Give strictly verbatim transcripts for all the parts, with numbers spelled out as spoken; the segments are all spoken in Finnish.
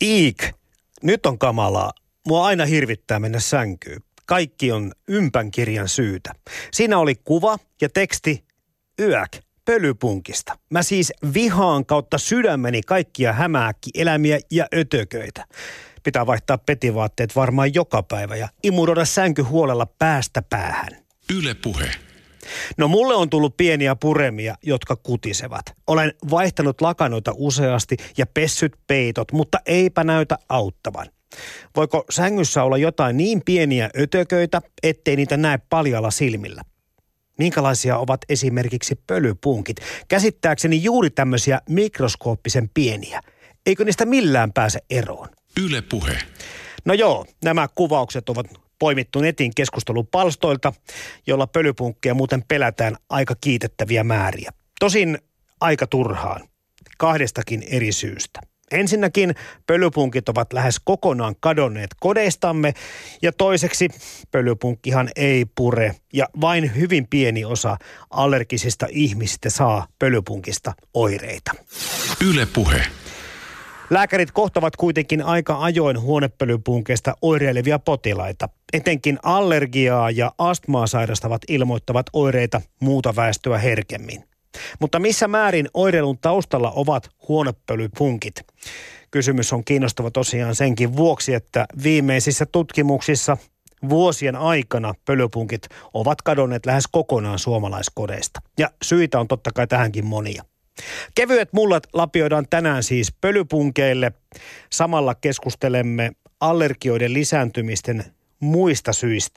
Iik, nyt on kamalaa. Mua aina hirvittää mennä sänkyyn. Kaikki on ympän kirjan syytä. Siinä oli kuva ja teksti yäk pölypunkista. Mä siis vihaan kautta sydämeni kaikkia hämääkkieläimiä ja ötököitä. Pitää vaihtaa petivaatteet varmaan joka päivä ja imuroida sänky huolella päästä päähän. Yle Puhe. No mulle on tullut pieniä puremia, jotka kutisevat. Olen vaihtanut lakanoita useasti ja pessyt peitot, mutta eipä näytä auttavan. Voiko sängyssä olla jotain niin pieniä ötököitä, ettei niitä näe paljalla silmillä? Minkälaisia ovat esimerkiksi pölypunkit? Käsittääkseni juuri tämmöisiä mikroskooppisen pieniä. Eikö niistä millään pääse eroon? Yle Puhe. No joo, nämä kuvaukset ovat poimittu netin keskustelupalstoilta, jolla pölypunkkeja muuten pelätään aika kiitettäviä määriä. Tosin aika turhaan, kahdestakin eri syystä. Ensinnäkin pölypunkit ovat lähes kokonaan kadonneet kodeistamme ja toiseksi pölypunkkihan ei pure ja vain hyvin pieni osa allergisista ihmisistä saa pölypunkista oireita. Yle Puhe. Lääkärit kohtavat kuitenkin aika ajoin huonepölypunkeista oireilevia potilaita. Etenkin allergiaa ja astmaa sairastavat ilmoittavat oireita muuta väestöä herkemmin. Mutta missä määrin oireilun taustalla ovat huonepölypunkit? Kysymys on kiinnostava tosiaan senkin vuoksi, että viimeisissä tutkimuksissa vuosien aikana pölypunkit ovat kadonneet lähes kokonaan suomalaiskodeista. Ja syitä on totta kai tähänkin monia. Kevyet mullat lapioidaan tänään siis pölypunkeille. Samalla keskustelemme allergioiden lisääntymisten muista syistä.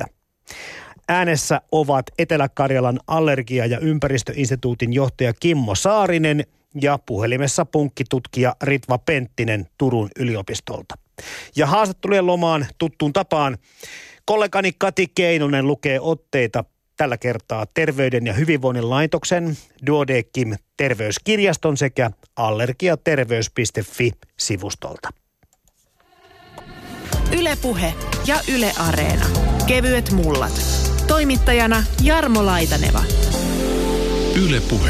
Äänessä ovat Etelä-Karjalan allergia- ja ympäristöinstituutin johtaja Kimmo Saarinen ja puhelimessa punkkitutkija Ritva Penttinen Turun yliopistolta. Ja haastattelujen lomaan tuttuun tapaan kollegani Kati Keinonen lukee otteita tällä kertaa Terveyden ja hyvinvoinnin laitoksen, Duodecim terveyskirjaston sekä allergiaterveys piste fi-sivustolta. Yle Puhe ja Yle Areena. Kevyet mullat. Toimittajana Jarmo Laitaneva. Yle Puhe.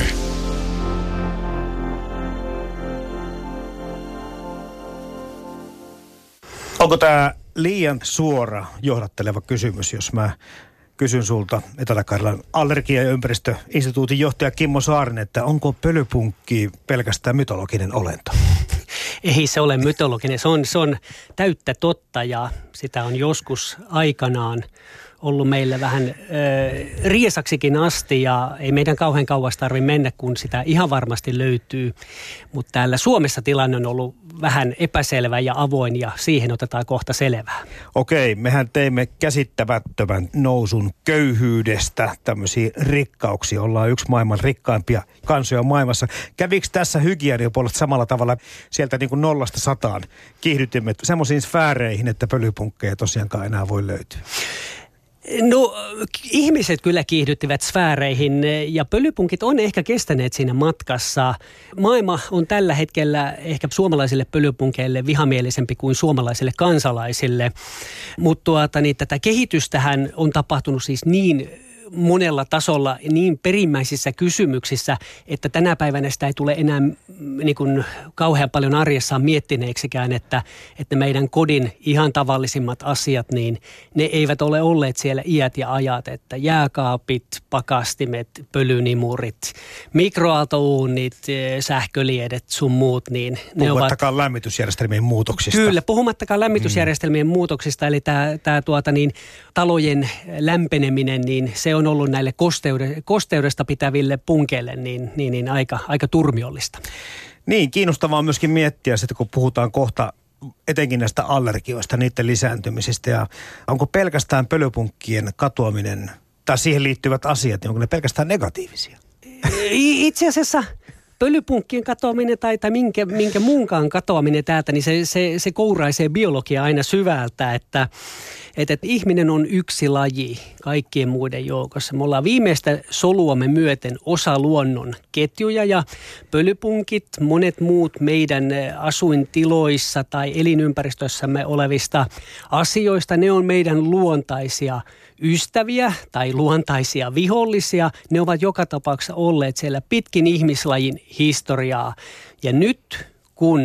Onko tämä liian suora johdatteleva kysymys, jos mä kysyn sulta Etelä-Karjalan allergia- ja ympäristöinstituutin johtaja Kimmo Saarinen, että onko pölypunkki pelkästään mytologinen olento? Ei se ole mytologinen, se on, se on täyttä totta ja sitä on joskus aikanaan ollut meillä vähän äh, riesaksikin asti ja ei meidän kauhean kauas tarvitse mennä, kun sitä ihan varmasti löytyy. Mutta täällä Suomessa tilanne on ollut vähän epäselvä ja avoin ja siihen otetaan kohta selvää. Okei, mehän teimme käsittämättömän nousun köyhyydestä tämmöisiä rikkauksia. Ollaan yksi maailman rikkaimpia kansoja maailmassa. Kävikö tässä hygieniapuolet samalla tavalla sieltä niin kuin nollasta sataan kiihdytimme semmoisiin sfääreihin, että pölypunkkeja tosiaankaan enää voi löytyä? No ihmiset kyllä kiihdyttivät sfääreihin ja pölypunkit on ehkä kestäneet siinä matkassa. Maailma on tällä hetkellä ehkä suomalaisille pölypunkeille vihamielisempi kuin suomalaisille kansalaisille. Mutta tuota, niin tätä kehitystähän on tapahtunut siis niin monella tasolla, niin perimmäisissä kysymyksissä, että tänä päivänä sitä ei tule enää niin kuin kauhean paljon arjessaan miettineeksikään, että, että meidän kodin ihan tavallisimmat asiat, niin ne eivät ole olleet siellä iät ja ajat, että jääkaapit, pakastimet, pölynimurit, mikroaaltouunit, sähköliedet sun muut, niin ne ovat... Puhumattakaan lämmitysjärjestelmien muutoksista. Kyllä, puhumattakaan lämmitysjärjestelmien mm. muutoksista, eli tämä, tämä tuota niin, talojen lämpeneminen, niin se on ollut näille kosteude, kosteudesta pitäville punkeille niin, niin, niin aika, aika turmiollista. Niin, kiinnostavaa on myöskin miettiä sitä, kun puhutaan kohta etenkin näistä allergioista, niiden lisääntymisistä. Ja onko pelkästään pölypunkkien katoaminen tai siihen liittyvät asiat, niin onko ne pelkästään negatiivisia? Itse asiassa pölypunkkien katoaminen tai, tai minkä, minkä muunkaan katoaminen täältä, niin se, se, se kouraisee biologiaa aina syvältä, että Että, että ihminen on yksi laji kaikkien muiden joukossa. Me ollaan viimeistä soluamme myöten osa luonnon ketjuja ja pölypunkit, monet muut meidän asuintiloissa tai elinympäristössämme olevista asioista, ne on meidän luontaisia ystäviä tai luontaisia vihollisia. Ne ovat joka tapauksessa olleet siellä pitkin ihmislajin historiaa. Ja nyt kun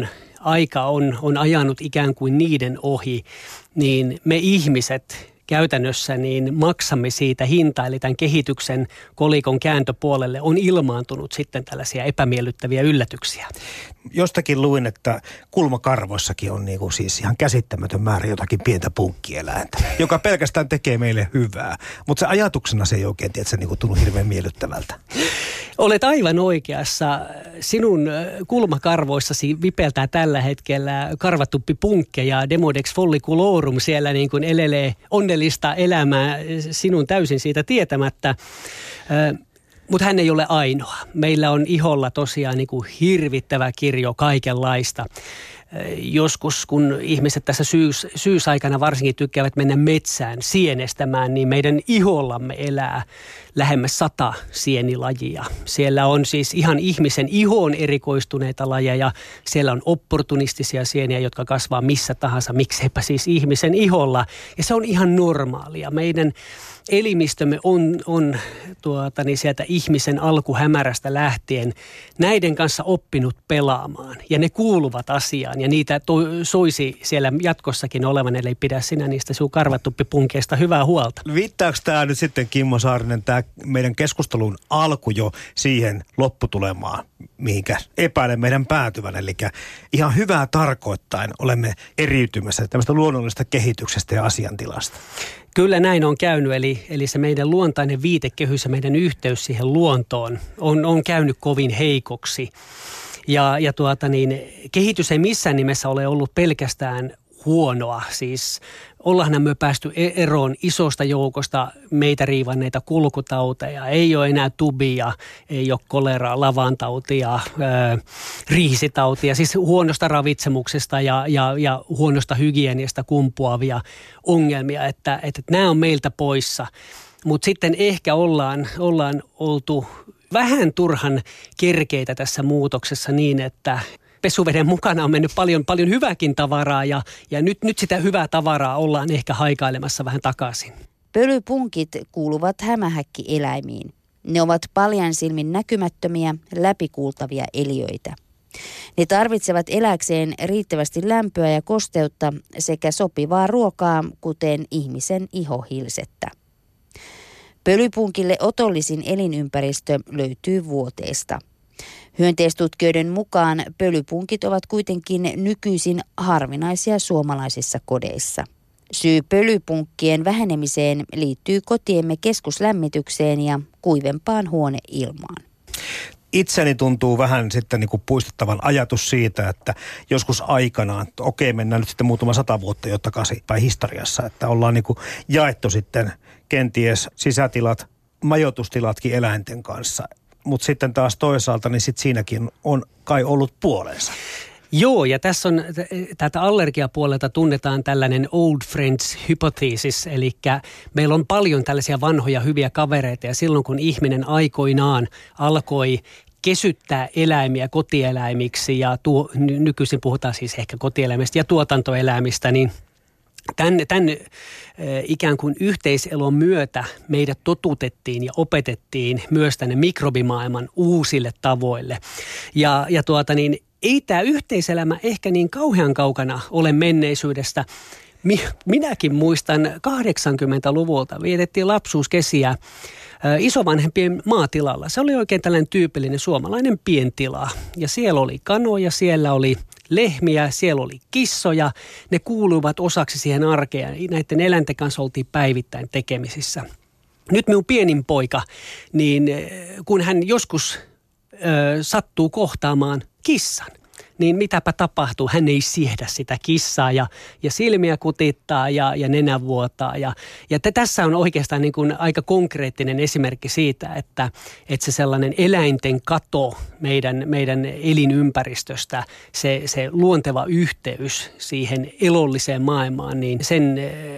aika on, on ajanut ikään kuin niiden ohi, niin me ihmiset käytännössä niin maksamme siitä hintaa, eli tämän kehityksen kolikon kääntöpuolelle on ilmaantunut sitten tällaisia epämiellyttäviä yllätyksiä. Jostakin luin, että kulmakarvoissakin on niinku siis ihan käsittämätön määrä jotakin pientä punkkieläintä, joka pelkästään tekee meille hyvää. Mutta se ajatuksena se ei oikein tiedä, että se niinku tunnu hirveän miellyttävältä. Olet aivan oikeassa. Sinun kulmakarvoissasi vipeltää tällä hetkellä karvatuppi punkke ja Demodex folliculorum siellä niin kuin elelee onnellista elämää sinun täysin siitä tietämättä. Mutta hän ei ole ainoa. Meillä on iholla tosiaan niin kuin hirvittävä kirjo kaikenlaista. Joskus, kun ihmiset tässä syys, syysaikana varsinkin tykkäävät mennä metsään sienestämään, niin meidän ihollamme elää lähemmäs sata sienilajia. Siellä on siis ihan ihmisen ihoon erikoistuneita lajeja. Siellä on opportunistisia sieniä, jotka kasvaa missä tahansa, mikseipä siis ihmisen iholla. Ja se on ihan normaalia. Meidän elimistömme on, on tuota, niin sieltä ihmisen alkuhämärästä lähtien näiden kanssa oppinut pelaamaan. Ja ne kuuluvat asiaan ja niitä to, soisi siellä jatkossakin olevan, eli pidä sinä niistä sun karvatuppipunkeista hyvää huolta. Viittaako tämä nyt sitten, Kimmo Saarinen, tämä meidän keskustelun alku jo siihen lopputulemaan, mihinkä epäilen meidän päätyvän? Eli ihan hyvää tarkoittain olemme eriytymässä tämmöistä luonnollisesta kehityksestä ja asiantilasta. Kyllä näin on käynyt, eli, eli se meidän luontainen viitekehys ja meidän yhteys siihen luontoon on, on käynyt kovin heikoksi. Ja, ja tuota niin, kehitys ei missään nimessä ole ollut pelkästään huonoa. Siis ollaanhan me päästy eroon isosta joukosta meitä riivanneita kulkutauteja. Ei ole enää tubia, ei ole koleraa, lavantautia, ää, riisitautia. Siis huonosta ravitsemuksesta ja, ja, ja huonosta hygieniasta kumpuavia ongelmia, että, että nämä on meiltä poissa. Mutta sitten ehkä ollaan, ollaan oltu vähän turhan kerkeitä tässä muutoksessa niin, että pesuveden mukana on mennyt paljon, paljon hyvääkin tavaraa ja, ja nyt, nyt sitä hyvää tavaraa ollaan ehkä haikailemassa vähän takaisin. Pölypunkit kuuluvat hämähäkkieläimiin. Ne ovat paljain silmin näkymättömiä, läpikuultavia eliöitä. Ne tarvitsevat eläkseen riittävästi lämpöä ja kosteutta sekä sopivaa ruokaa, kuten ihmisen ihohilsettä. Pölypunkille otollisin elinympäristö löytyy vuoteesta. Hyönteistutkijoiden mukaan pölypunkit ovat kuitenkin nykyisin harvinaisia suomalaisissa kodeissa. Syy pölypunkkien vähenemiseen liittyy kotiemme keskuslämmitykseen ja kuivempaan huoneilmaan. Itseni tuntuu vähän sitten niin kuin puistettavan ajatus siitä, että joskus aikanaan, okei mennään nyt sitten muutama sata vuotta jo takaisin päin historiassa, että ollaan niin kuin jaettu sitten kenties sisätilat, majoitustilatkin eläinten kanssa. Mutta sitten taas toisaalta, niin sitten siinäkin on kai ollut puolensa. Joo, ja tässä on, täältä allergiapuolelta tunnetaan tällainen old friends hypothesis, eli meillä on paljon tällaisia vanhoja hyviä kavereita, ja silloin kun ihminen aikoinaan alkoi kesyttää eläimiä kotieläimiksi, ja tuo, nykyisin puhutaan siis ehkä kotieläimistä ja tuotantoeläimistä, niin Tämän, tämän äh, ikään kuin yhteiselon myötä meidät totutettiin ja opetettiin myös tänne mikrobimaailman uusille tavoille. Ja, ja tuota niin, ei tämä yhteiselämä ehkä niin kauhean kaukana ole menneisyydestä. Minäkin muistan kahdeksankymmentäluvulta vietettiin lapsuuskesiä isovanhempien maatilalla. Se oli oikein tällainen tyypillinen suomalainen pientila. Ja siellä oli kanoja, siellä oli lehmiä, siellä oli kissoja. Ne kuuluivat osaksi siihen arkeen. Näiden eläinten kanssa oltiin päivittäin tekemisissä. Nyt minun pienin poika, niin kun hän joskus ö, sattuu kohtaamaan kissan, niin mitäpä tapahtuu? Hän ei siedä sitä kissaa ja, ja silmiä kutittaa ja, ja nenä vuotaa. Ja, ja t- tässä on oikeastaan niin kuin aika konkreettinen esimerkki siitä, että, että se sellainen eläinten kato meidän, meidän elinympäristöstä, se, se luonteva yhteys siihen elolliseen maailmaan, niin sen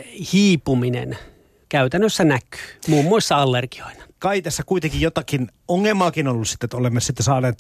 hiipuminen käytännössä näkyy, muun muassa allergioina. Kai tässä kuitenkin jotakin ongelmaakin on ollut sitten, että olemme sitten saaneet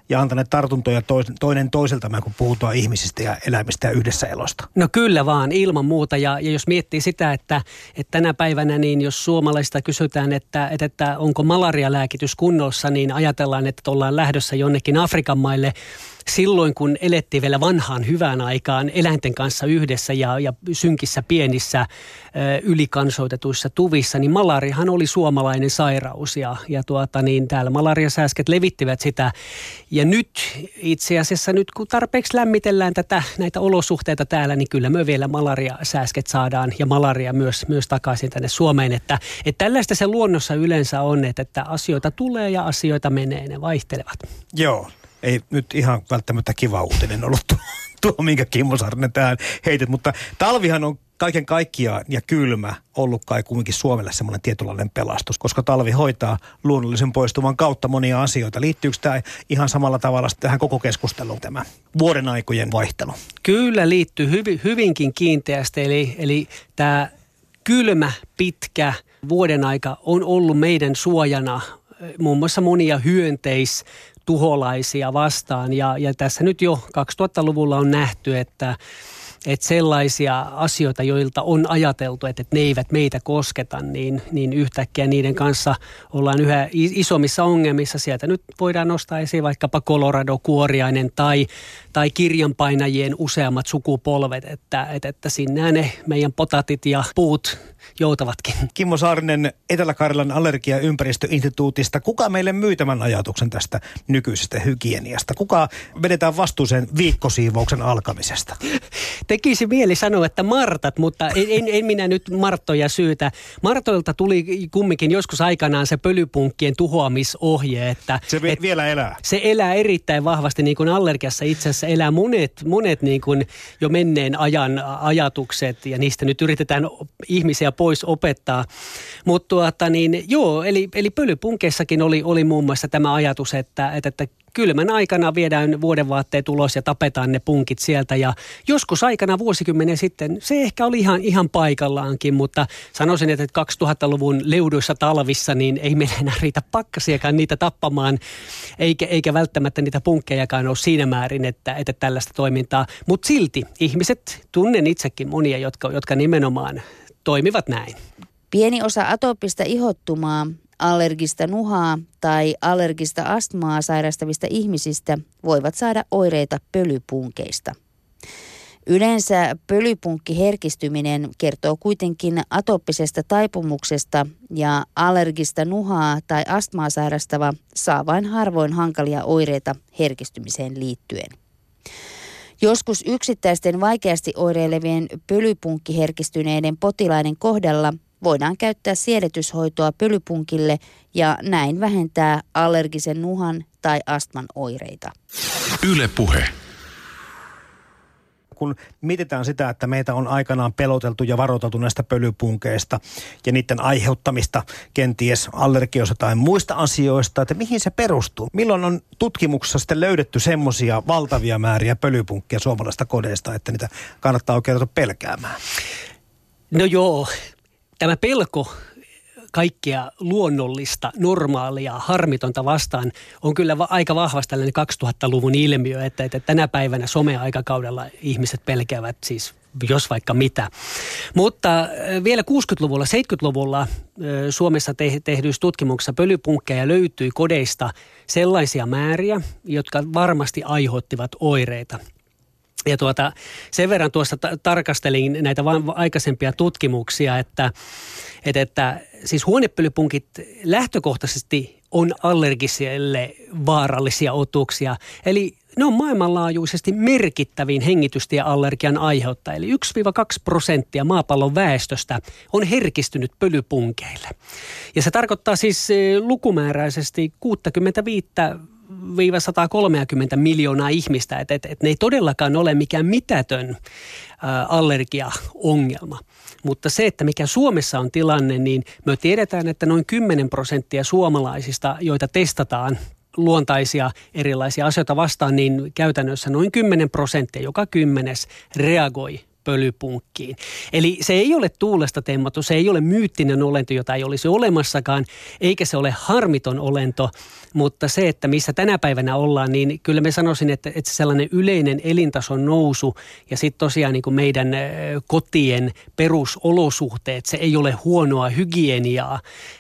ja antaneet tartuntoja toinen toiselta, kun puhutaan ihmisistä ja eläimistä ja yhdessä elosta. No kyllä vaan, ilman muuta. Ja, ja jos miettii sitä, että, että tänä päivänä, niin jos suomalaisista kysytään, että, että, että onko malarialääkitys kunnossa, niin ajatellaan, että ollaan lähdössä jonnekin Afrikan maille silloin, kun elettiin vielä vanhaan hyvään aikaan eläinten kanssa yhdessä ja, ja synkissä pienissä ö, ylikansoitetuissa tuvissa, niin malariahan oli suomalainen sairaus ja, ja tuota, niin täällä malariasääsket levittivät sitä. Ja nyt itse asiassa nyt kun tarpeeksi lämmitellään tätä, näitä olosuhteita täällä, niin kyllä me vielä malariasääsket saadaan ja malaria myös, myös takaisin tänne Suomeen. Että, että tällaista se luonnossa yleensä on, että, että asioita tulee ja asioita menee, ne vaihtelevat. Joo. Ei nyt ihan välttämättä kiva uutinen ollut tuo, tuo minkä Kimmo Saarinen tähän heitit, mutta talvihan on kaiken kaikkiaan ja kylmä ollut kai kuitenkin Suomelle semmoinen tietynlainen pelastus, koska talvi hoitaa luonnollisen poistuman kautta monia asioita. Liittyykö tämä ihan samalla tavalla tähän koko keskusteluun tämä vuoden aikojen vaihtelu? Kyllä liittyy hyvi, hyvinkin kiinteästi, eli, eli tämä kylmä, pitkä vuoden aika on ollut meidän suojana muun muassa monia hyönteis- tuholaisia vastaan ja, ja tässä nyt jo kaksituhattaluvulla on nähty, että, että sellaisia asioita, joilta on ajateltu, että, että ne eivät meitä kosketa, niin, niin yhtäkkiä niiden kanssa ollaan yhä isommissa ongelmissa. Sieltä nyt voidaan nostaa esiin vaikkapa Colorado-kuoriainen tai, tai kirjanpainajien useammat sukupolvet, että, että, että sinne ne meidän potatit ja puut joutavatkin. Kimmo Saarinen Etelä-Karjalan allergia- ja ympäristöinstituutista. Kuka meille myy tämän ajatuksen tästä nykyisestä hygieniasta? Kuka vedetään vastuuseen viikkosiivouksen alkamisesta? Tekisi mieli sanoa, että Martat, mutta en, en, en minä nyt Marttoja syytä. Martoilta tuli kumminkin joskus aikanaan se pölypunkkien tuhoamisohje. Että, se vi- et, vielä elää. Se elää erittäin vahvasti, niin kuin allergiassa itse asiassa elää monet, monet niin kuin jo menneen ajan ajatukset ja niistä nyt yritetään ihmisiä pois opettaa. Mutta tuota niin, joo, eli, eli pölypunkeissakin oli, oli muun muassa tämä ajatus, että, että, että kylmän aikana viedään vuodenvaatteet ulos ja tapetaan ne punkit sieltä ja joskus aikana vuosikymmenen sitten se ehkä oli ihan, ihan paikallaankin, mutta sanoisin, että kaksituhattaluvun leuduissa talvissa niin ei meillä enää riitä pakkasiakaan niitä tappamaan, eikä, eikä välttämättä niitä punkkejakaan ole siinä määrin, että, että tällaista toimintaa, mutta silti ihmiset, tunnen itsekin monia, jotka, jotka nimenomaan toimivat näin. Pieni osa atooppista ihottumaa, allergista nuhaa tai allergista astmaa sairastavista ihmisistä voivat saada oireita pölypunkeista. Yleensä pölypunkkiherkistyminen kertoo kuitenkin atooppisesta taipumuksesta ja allergista nuhaa tai astmaa sairastava saa vain harvoin hankalia oireita herkistymiseen liittyen. Joskus yksittäisten vaikeasti oireilevien pölypunkkiherkistyneiden potilaiden kohdalla voidaan käyttää siedätyshoitoa pölypunkille ja näin vähentää allergisen nuhan tai astman oireita. Yle Puhe. Kun mietitään sitä, että meitä on aikanaan peloteltu ja varoiteltu näistä pölypunkeista ja niiden aiheuttamista kenties allergioista tai muista asioista, että mihin se perustuu? Milloin on tutkimuksessa sitten löydetty semmoisia valtavia määriä pölypunkkia suomalaisista kodeista, että niitä kannattaa oikein ruveta pelkäämään? No joo, tämä pelko kaikkea luonnollista, normaalia, harmitonta vastaan on kyllä va- aika vahvasti tällainen kaksituhattaluvun ilmiö, että, että tänä päivänä someaikakaudella ihmiset pelkäävät siis jos vaikka mitä. Mutta vielä kuusikymmentäluvulla, seitsemänkymmentäluvulla Suomessa te- tehdyissä tutkimuksissa pölypunkkeja löytyi kodeista sellaisia määriä, jotka varmasti aiheuttivat oireita. Ja tuota, sen verran tuossa ta- tarkastelin näitä va- aikaisempia tutkimuksia, että, että, että siis huonepölypunkit lähtökohtaisesti on allergisille vaarallisia otuksia. Eli ne on maailmanlaajuisesti merkittävin hengitystieallergian aiheuttaja. Eli yksi kaksi prosenttia maapallon väestöstä on herkistynyt pölypunkeille. Ja se tarkoittaa siis lukumääräisesti kuusikymmentäviisi sata kolmekymmentä miljoonaa ihmistä, että et, et ne ei todellakaan ole mikään mitätön ä, allergiaongelma. Mutta se, että mikä Suomessa on tilanne, niin me tiedetään, että noin kymmenen prosenttia suomalaisista, joita testataan luontaisia erilaisia asioita vastaan, niin käytännössä noin kymmenen prosenttia, joka kymmenes reagoi pölypunkkiin. Eli se ei ole tuulesta temmattu, se ei ole myyttinen olento, jota ei olisi olemassakaan, eikä se ole harmiton olento, mutta se, että missä tänä päivänä ollaan, niin kyllä me sanoisin, että, että sellainen yleinen elintason nousu ja sitten tosiaan niin kuin meidän kotien perusolosuhteet, se ei ole huonoa hygieniaa.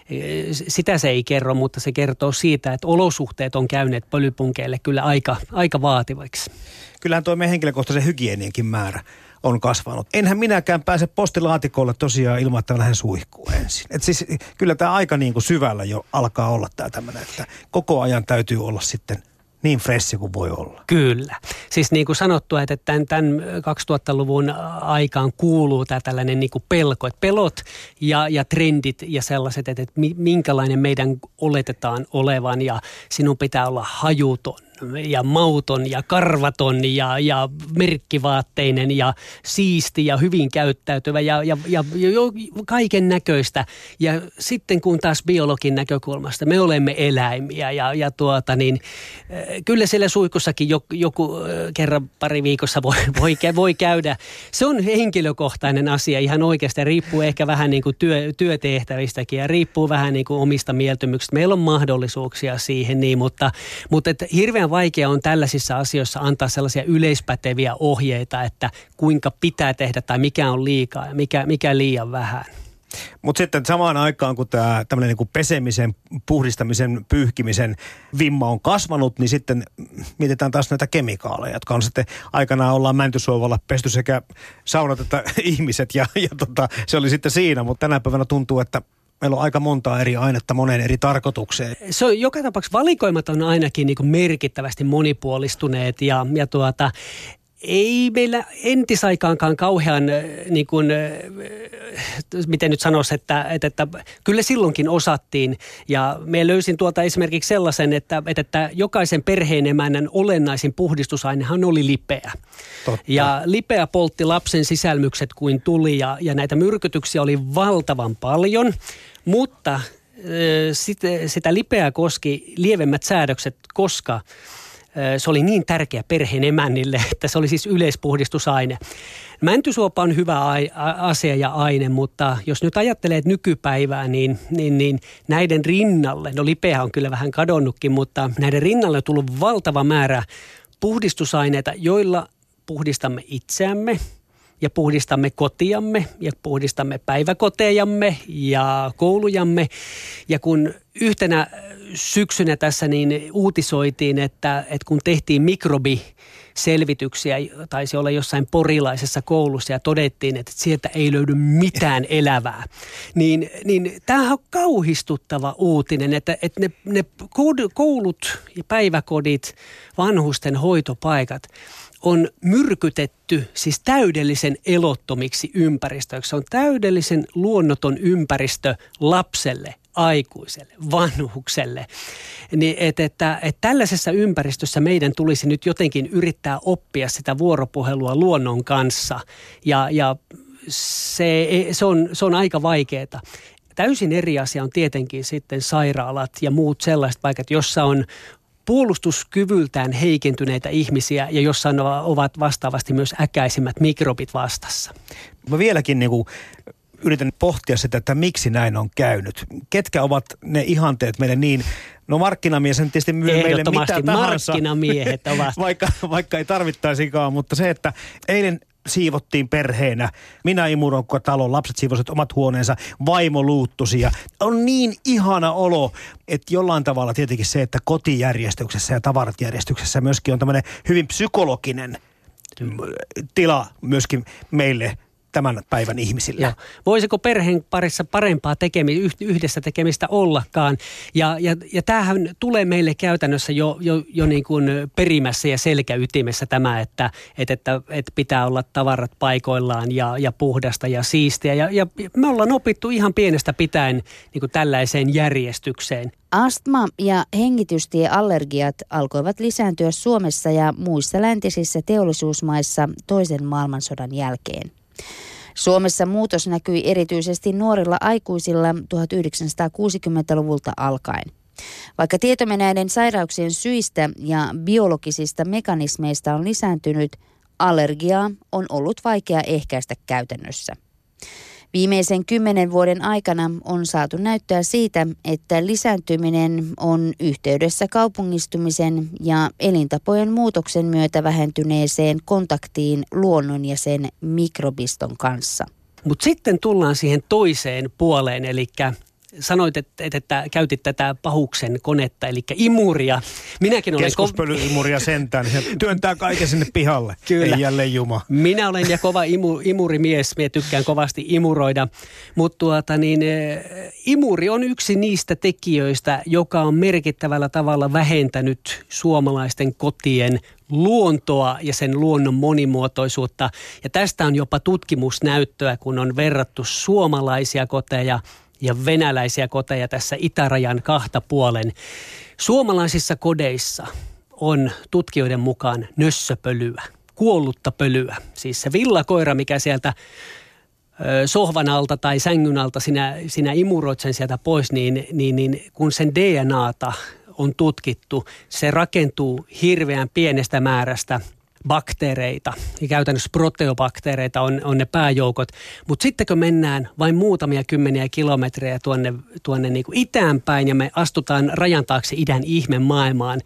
Sitä se ei kerro, mutta se kertoo siitä, että olosuhteet on käyneet pölypunkeille kyllä aika, aika vaativaksi. Kyllähän tuo meidän henkilökohtaisen hygienienkin määrä on kasvanut. Enhän minäkään pääse postilaatikolle tosiaan ilman, että lähden suihkuun ensin. Et siis kyllä tämä aika niin kuin syvällä jo alkaa olla tämä tämmöinen, että koko ajan täytyy olla sitten niin fressi kuin voi olla. Kyllä. Siis niin kuin sanottua, että tämän, tämän kaksituhattaluvun aikaan kuuluu tämä tällainen niin kuin pelko. Että pelot ja, ja trendit ja sellaiset, että, että minkälainen meidän oletetaan olevan ja sinun pitää olla hajuton ja mauton ja karvaton ja, ja merkkivaatteinen ja siisti ja hyvin käyttäytyvä ja, ja, ja, ja kaiken näköistä. Ja sitten kun taas biologin näkökulmasta me olemme eläimiä ja, ja tuota niin, kyllä siellä suihkussakin joku, joku kerran pari viikossa voi, voi, voi käydä. Se on henkilökohtainen asia ihan oikeasti. Riippuu ehkä vähän niin kuin työ, työtehtävistäkin ja riippuu vähän niin kuin omista mieltymyksistä. Meillä on mahdollisuuksia siihen, niin, mutta, mutta et hirveän vaikea on tällaisissa asioissa antaa sellaisia yleispäteviä ohjeita, että kuinka pitää tehdä tai mikä on liikaa ja mikä, mikä liian vähän. Mutta sitten samaan aikaan, kun tämä tämmöinen niinku pesemisen, puhdistamisen, pyyhkimisen vimma on kasvanut, niin sitten mietitään taas näitä kemikaaleja, jotka on sitten aikanaan ollaan Mäntysuovalla pesty sekä saunat että ihmiset ja, ja tota, se oli sitten siinä, mutta tänä päivänä tuntuu, että meillä on aika montaa eri ainetta moneen eri tarkoitukseen. Se on joka tapauksessa valikoimat on ainakin niin kuin merkittävästi monipuolistuneet ja, ja tuota, ei meillä entisaikaankaan kauhean, niin kuin, miten nyt sanoisi, että, että, että kyllä silloinkin osattiin. Ja me löysin tuolta esimerkiksi sellaisen, että, että jokaisen perheenemännän olennaisin puhdistusainehan oli lipeä. Totta. Ja lipeä poltti lapsen sisälmykset kuin tuli ja, ja näitä myrkytyksiä oli valtavan paljon, mutta sit, sitä lipeää koski lievemmät säädökset, koska se oli niin tärkeä perheen emännille, että se oli siis yleispuhdistusaine. Mäntysuopa on hyvä asia ja aine, mutta jos nyt ajattelee nykypäivää, niin, niin, niin näiden rinnalle, no lipeä on kyllä vähän kadonnutkin, mutta näiden rinnalle on tullut valtava määrä puhdistusaineita, joilla puhdistamme itseämme ja puhdistamme kotiamme ja puhdistamme päiväkotejamme ja koulujamme. Ja kun yhtenä syksynä tässä niin uutisoitiin, että, että kun tehtiin mikrobiselvityksiä, taisi olla jossain porilaisessa koulussa ja todettiin, että sieltä ei löydy mitään elävää, niin, niin tämähän on kauhistuttava uutinen, että, että ne, ne koulut ja päiväkodit, vanhusten hoitopaikat on myrkytetty siis täydellisen elottomiksi ympäristöiksi. Se on täydellisen luonnoton ympäristö lapselle, aikuiselle, vanhukselle. Niin et, että, että tällaisessa ympäristössä meidän tulisi nyt jotenkin yrittää oppia sitä vuoropuhelua luonnon kanssa. Ja, ja se, se, on, se on aika vaikeaa. Täysin eri asia on tietenkin sitten sairaalat ja muut sellaiset paikat, jossa on puolustuskyvyltään heikentyneitä ihmisiä ja jossa ovat vastaavasti myös äkäisimmät mikrobit vastassa. Mä vieläkin niin kuin yritän pohtia sitä, että miksi näin on käynyt. Ketkä ovat ne ihanteet meille niin, no markkinamies on tietysti myy meille mitä tahansa. Markkinamiehet ovat. vaikka, vaikka ei tarvittaisikaan, mutta se, että eilen siivottiin perheenä. Minä imuroin koko talon, lapset siivosivat omat huoneensa, vaimo luuttusi ja on niin ihana olo, että jollain tavalla tietenkin se, että kotijärjestyksessä ja tavarat järjestyksessä myöskin on tämmöinen hyvin psykologinen tila myöskin meille tämän päivän ihmisillä. Joo. Voisiko perheen parissa parempaa tekemi, yhdessä tekemistä ollakaan? Ja, ja, ja tämähän tulee meille käytännössä jo, jo, jo niin kuin perimässä ja selkäytimessä tämä, että, että, että, että pitää olla tavarat paikoillaan ja, ja puhdasta ja siistiä. Ja, ja me ollaan opittu ihan pienestä pitäen niin kuin tällaiseen järjestykseen. Astma ja hengitystieallergiat alkoivat lisääntyä Suomessa ja muissa läntisissä teollisuusmaissa toisen maailmansodan jälkeen. Suomessa muutos näkyi erityisesti nuorilla aikuisilla tuhatyhdeksänsataakuusikymmentäluvulta alkaen. Vaikka tietomme näiden sairauksien syistä ja biologisista mekanismeista on lisääntynyt, Allergiaa on ollut vaikea ehkäistä käytännössä. Viimeisen kymmenen vuoden aikana on saatu näyttöä siitä, että lisääntyminen on yhteydessä kaupungistumisen ja elintapojen muutoksen myötä vähentyneeseen kontaktiin luonnon ja sen mikrobiston kanssa. Mutta sitten tullaan siihen toiseen puoleen, eli sanoit, että, että käytit tätä pahuksen konetta, eli imuria. Minäkin olen Keskuspölyimuria sentään, se työntää kaiken sinne pihalle. Kyllä. Ei jälleen juma. Minä olen ja kova imu, imurimies, minä tykkään kovasti imuroida, mutta tuota niin, imuri on yksi niistä tekijöistä, joka on merkittävällä tavalla vähentänyt suomalaisten kotien luontoa ja sen luonnon monimuotoisuutta. Ja tästä on jopa tutkimusnäyttöä, kun on verrattu suomalaisia koteja ja venäläisiä koteja tässä itärajan kahta puolen. Suomalaisissa kodeissa on tutkijoiden mukaan nössöpölyä, kuollutta pölyä. Siis se villakoira, mikä sieltä ö, sohvan alta tai sängyn alta sinä, sinä imuroit sen sieltä pois, niin, niin, niin kun sen D N A:ta on tutkittu, se rakentuu hirveän pienestä määrästä bakteereita, ja käytännössä proteobakteereita on, on ne pääjoukot, mutta sitten kun mennään vain muutamia kymmeniä kilometrejä tuonne, tuonne niin kuin itään päin ja me astutaan rajan taakse idän ihme maailmaan,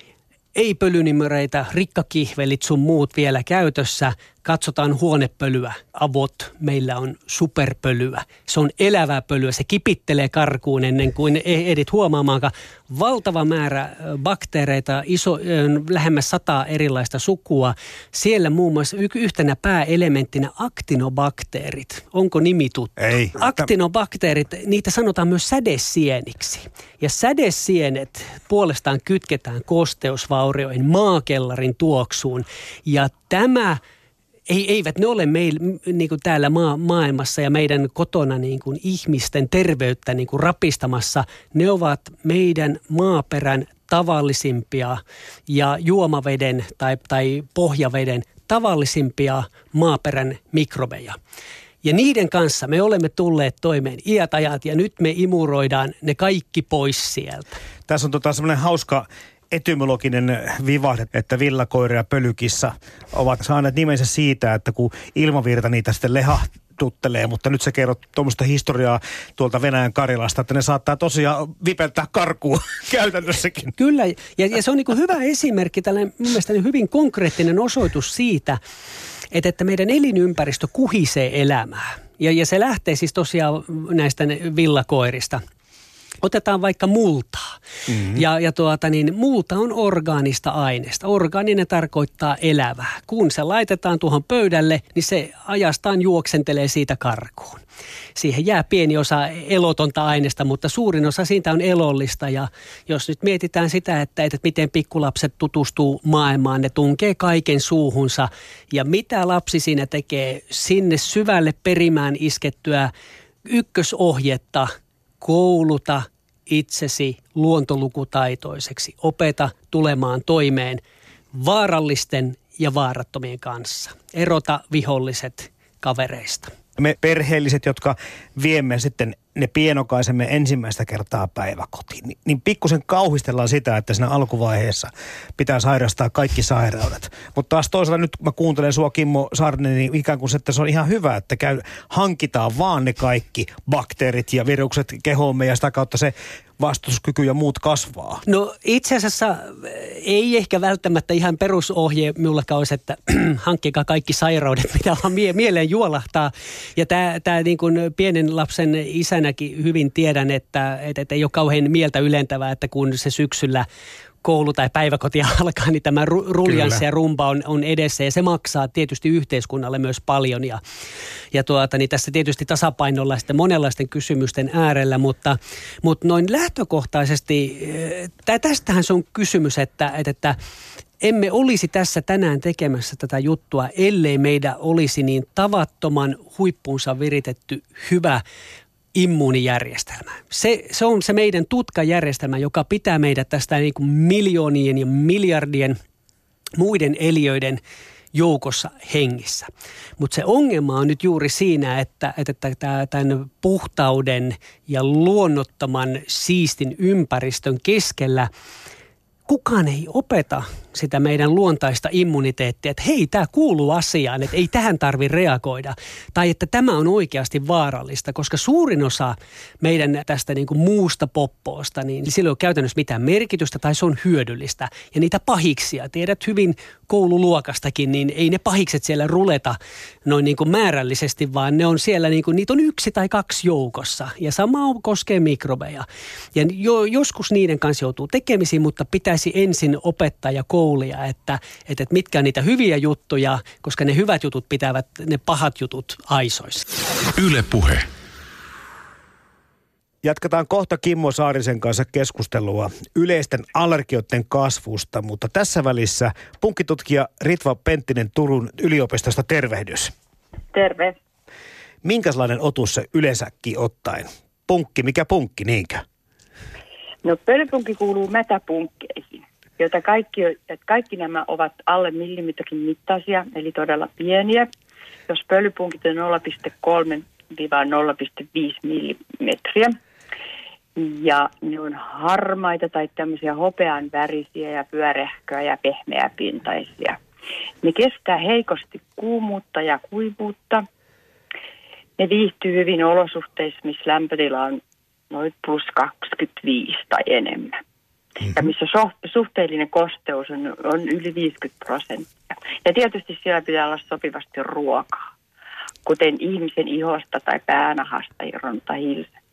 ei pölynimöreitä, rikkakihvelit sun muut vielä käytössä, katsotaan huonepölyä, avot, meillä on superpölyä. Se on elävää pölyä, se kipittelee karkuun ennen kuin ehdit huomaamaankaan. Valtava määrä bakteereita, iso, lähemmäs sataa erilaista sukua. Siellä muun muassa yhtenä pääelementtinä aktinobakteerit. Onko nimi tuttu? Ei. Aktinobakteerit, niitä sanotaan myös sädesieniksi. Ja sädesienet puolestaan kytketään kosteusvaurioihin, maakellarin tuoksuun. Ja tämä Ei, eivät ne ole meil, niin kuin täällä maa, maailmassa ja meidän kotona niin kuin ihmisten terveyttä niin kuin rapistamassa. Ne ovat meidän maaperän tavallisimpia ja juomaveden tai, tai pohjaveden tavallisimpia maaperän mikrobeja. Ja niiden kanssa me olemme tulleet toimeen iät ajat ja nyt me imuroidaan ne kaikki pois sieltä. Tässä on tota semmoinen hauska etymologinen vivahde, että villakoira ja pölykissa ovat saaneet nimensä siitä, että kun ilmavirta niitä sitten lehahtuttelee, mutta nyt sä kerrot tuommoista historiaa tuolta Venäjän Karjalasta, että ne saattaa tosiaan vipeltää karkuun käytännössäkin. Kyllä, ja, ja se on niin kuin hyvä esimerkki, tällainen mun mielestä hyvin konkreettinen osoitus siitä, että, että meidän elinympäristö kuhisee elämää. Ja, ja se lähtee siis tosiaan näistä villakoirista. Otetaan vaikka multaa. Mm-hmm. Ja, ja tuota niin, multa on orgaanista aineesta. Orgaaninen tarkoittaa elävää. Kun se laitetaan tuohon pöydälle, niin se ajastaan juoksentelee siitä karkuun. Siihen jää pieni osa elotonta aineesta, mutta suurin osa siitä on elollista. Ja jos nyt mietitään sitä, että, että miten pikkulapset tutustuu maailmaan, ne tunkee kaiken suuhunsa. Ja mitä lapsi siinä tekee? Sinne syvälle perimään iskettyä ykkösohjetta, kouluta itsesi luontolukutaitoiseksi. Opeta tulemaan toimeen vaarallisten ja vaarattomien kanssa. Erota viholliset kavereista. Me perheelliset, jotka viemme sitten ne pienokaisemme ensimmäistä kertaa päiväkotiin, niin, niin pikkusen kauhistellaan sitä, että siinä alkuvaiheessa pitää sairastaa kaikki sairaudet. Mutta taas toisaalta nyt kun mä kuuntelen sua, Kimmo Saarinen, niin ikään kuin se, että se on ihan hyvä, että käy, hankitaan vaan ne kaikki bakteerit ja virukset kehoomme ja sitä kautta se vastustuskyky ja muut kasvaa. No itse asiassa ei ehkä välttämättä ihan perusohje minullakaan olisi, että hankkikaa kaikki sairaudet, mitä vaan mie- mieleen juolahtaa. Ja tämä, tämä niin kuin pienen lapsen isänäkin hyvin tiedän, että, että ei ole kauhean mieltä ylentävää, että kun se syksyllä koulu tai päiväkoti alkaa, niin tämä ruljanssi ja rumba on, on edessä ja se maksaa tietysti yhteiskunnalle myös paljon ja, ja tuota, niin tässä tietysti tasapainolla sitten monenlaisten kysymysten äärellä, mutta, mutta noin lähtökohtaisesti, tää, tästähän se on kysymys, että, että, että emme olisi tässä tänään tekemässä tätä juttua, ellei meidän olisi niin tavattoman huippuunsa viritetty hyvä immuunijärjestelmä. Se, se on se meidän tutkajärjestelmä, joka pitää meidät tästä niin kuin miljoonien ja miljardien muiden eliöiden joukossa hengissä. Mutta se ongelma on nyt juuri siinä, että, että tämän puhtauden ja luonnottoman siistin ympäristön keskellä kukaan ei opeta sitä meidän luontaista immuniteettia, että hei, tämä kuuluu asiaan, että ei tähän tarvitse reagoida. Tai että tämä on oikeasti vaarallista, koska suurin osa meidän tästä niin kuin muusta poppoosta, niin sillä ei ole käytännössä mitään merkitystä tai se on hyödyllistä. Ja niitä pahiksia, tiedät hyvin koululuokastakin, niin ei ne pahikset siellä ruleta noin niin kuin määrällisesti, vaan ne on siellä, niin kuin, niitä on yksi tai kaksi joukossa. Ja sama koskee mikrobeja. Ja jo, joskus niiden kanssa joutuu tekemisiin, mutta pitäisi ensin opettaa ja koulia, että, että mitkä on niitä hyviä juttuja, koska ne hyvät jutut pitävät ne pahat jutut aisoissa. Yle Puhe. Jatketaan kohta Kimmo Saarisen kanssa keskustelua yleisten allergioiden kasvusta, mutta tässä välissä punkkitutkija Ritva Penttinen Turun yliopistosta, tervehdys. Terve. Minkälainen otus se yleensäkin ottaen? Punkki, mikä punkki, niinkö? No pölypunkki kuuluu mätäpunkkeihin, joita kaikki, kaikki nämä ovat alle millimetrin mittaisia, eli todella pieniä. Jos pölypunkit on nolla pilkku kolme nolla pilkku viisi millimetriä. Ja ne on harmaita tai tämmöisiä hopean värisiä ja pyörehköä ja pehmeäpintaisia. Ne kestää heikosti kuumuutta ja kuivuutta. Ne viihtyy hyvin olosuhteissa, missä lämpötila on noin plus kaksikymmentäviisi tai enemmän. Mm-hmm. Ja missä suhteellinen kosteus on, on yli viisikymmentä prosenttia. Ja tietysti siellä pitää olla sopivasti ruokaa, kuten ihmisen ihosta tai päänahasta irronnutta hilsettä.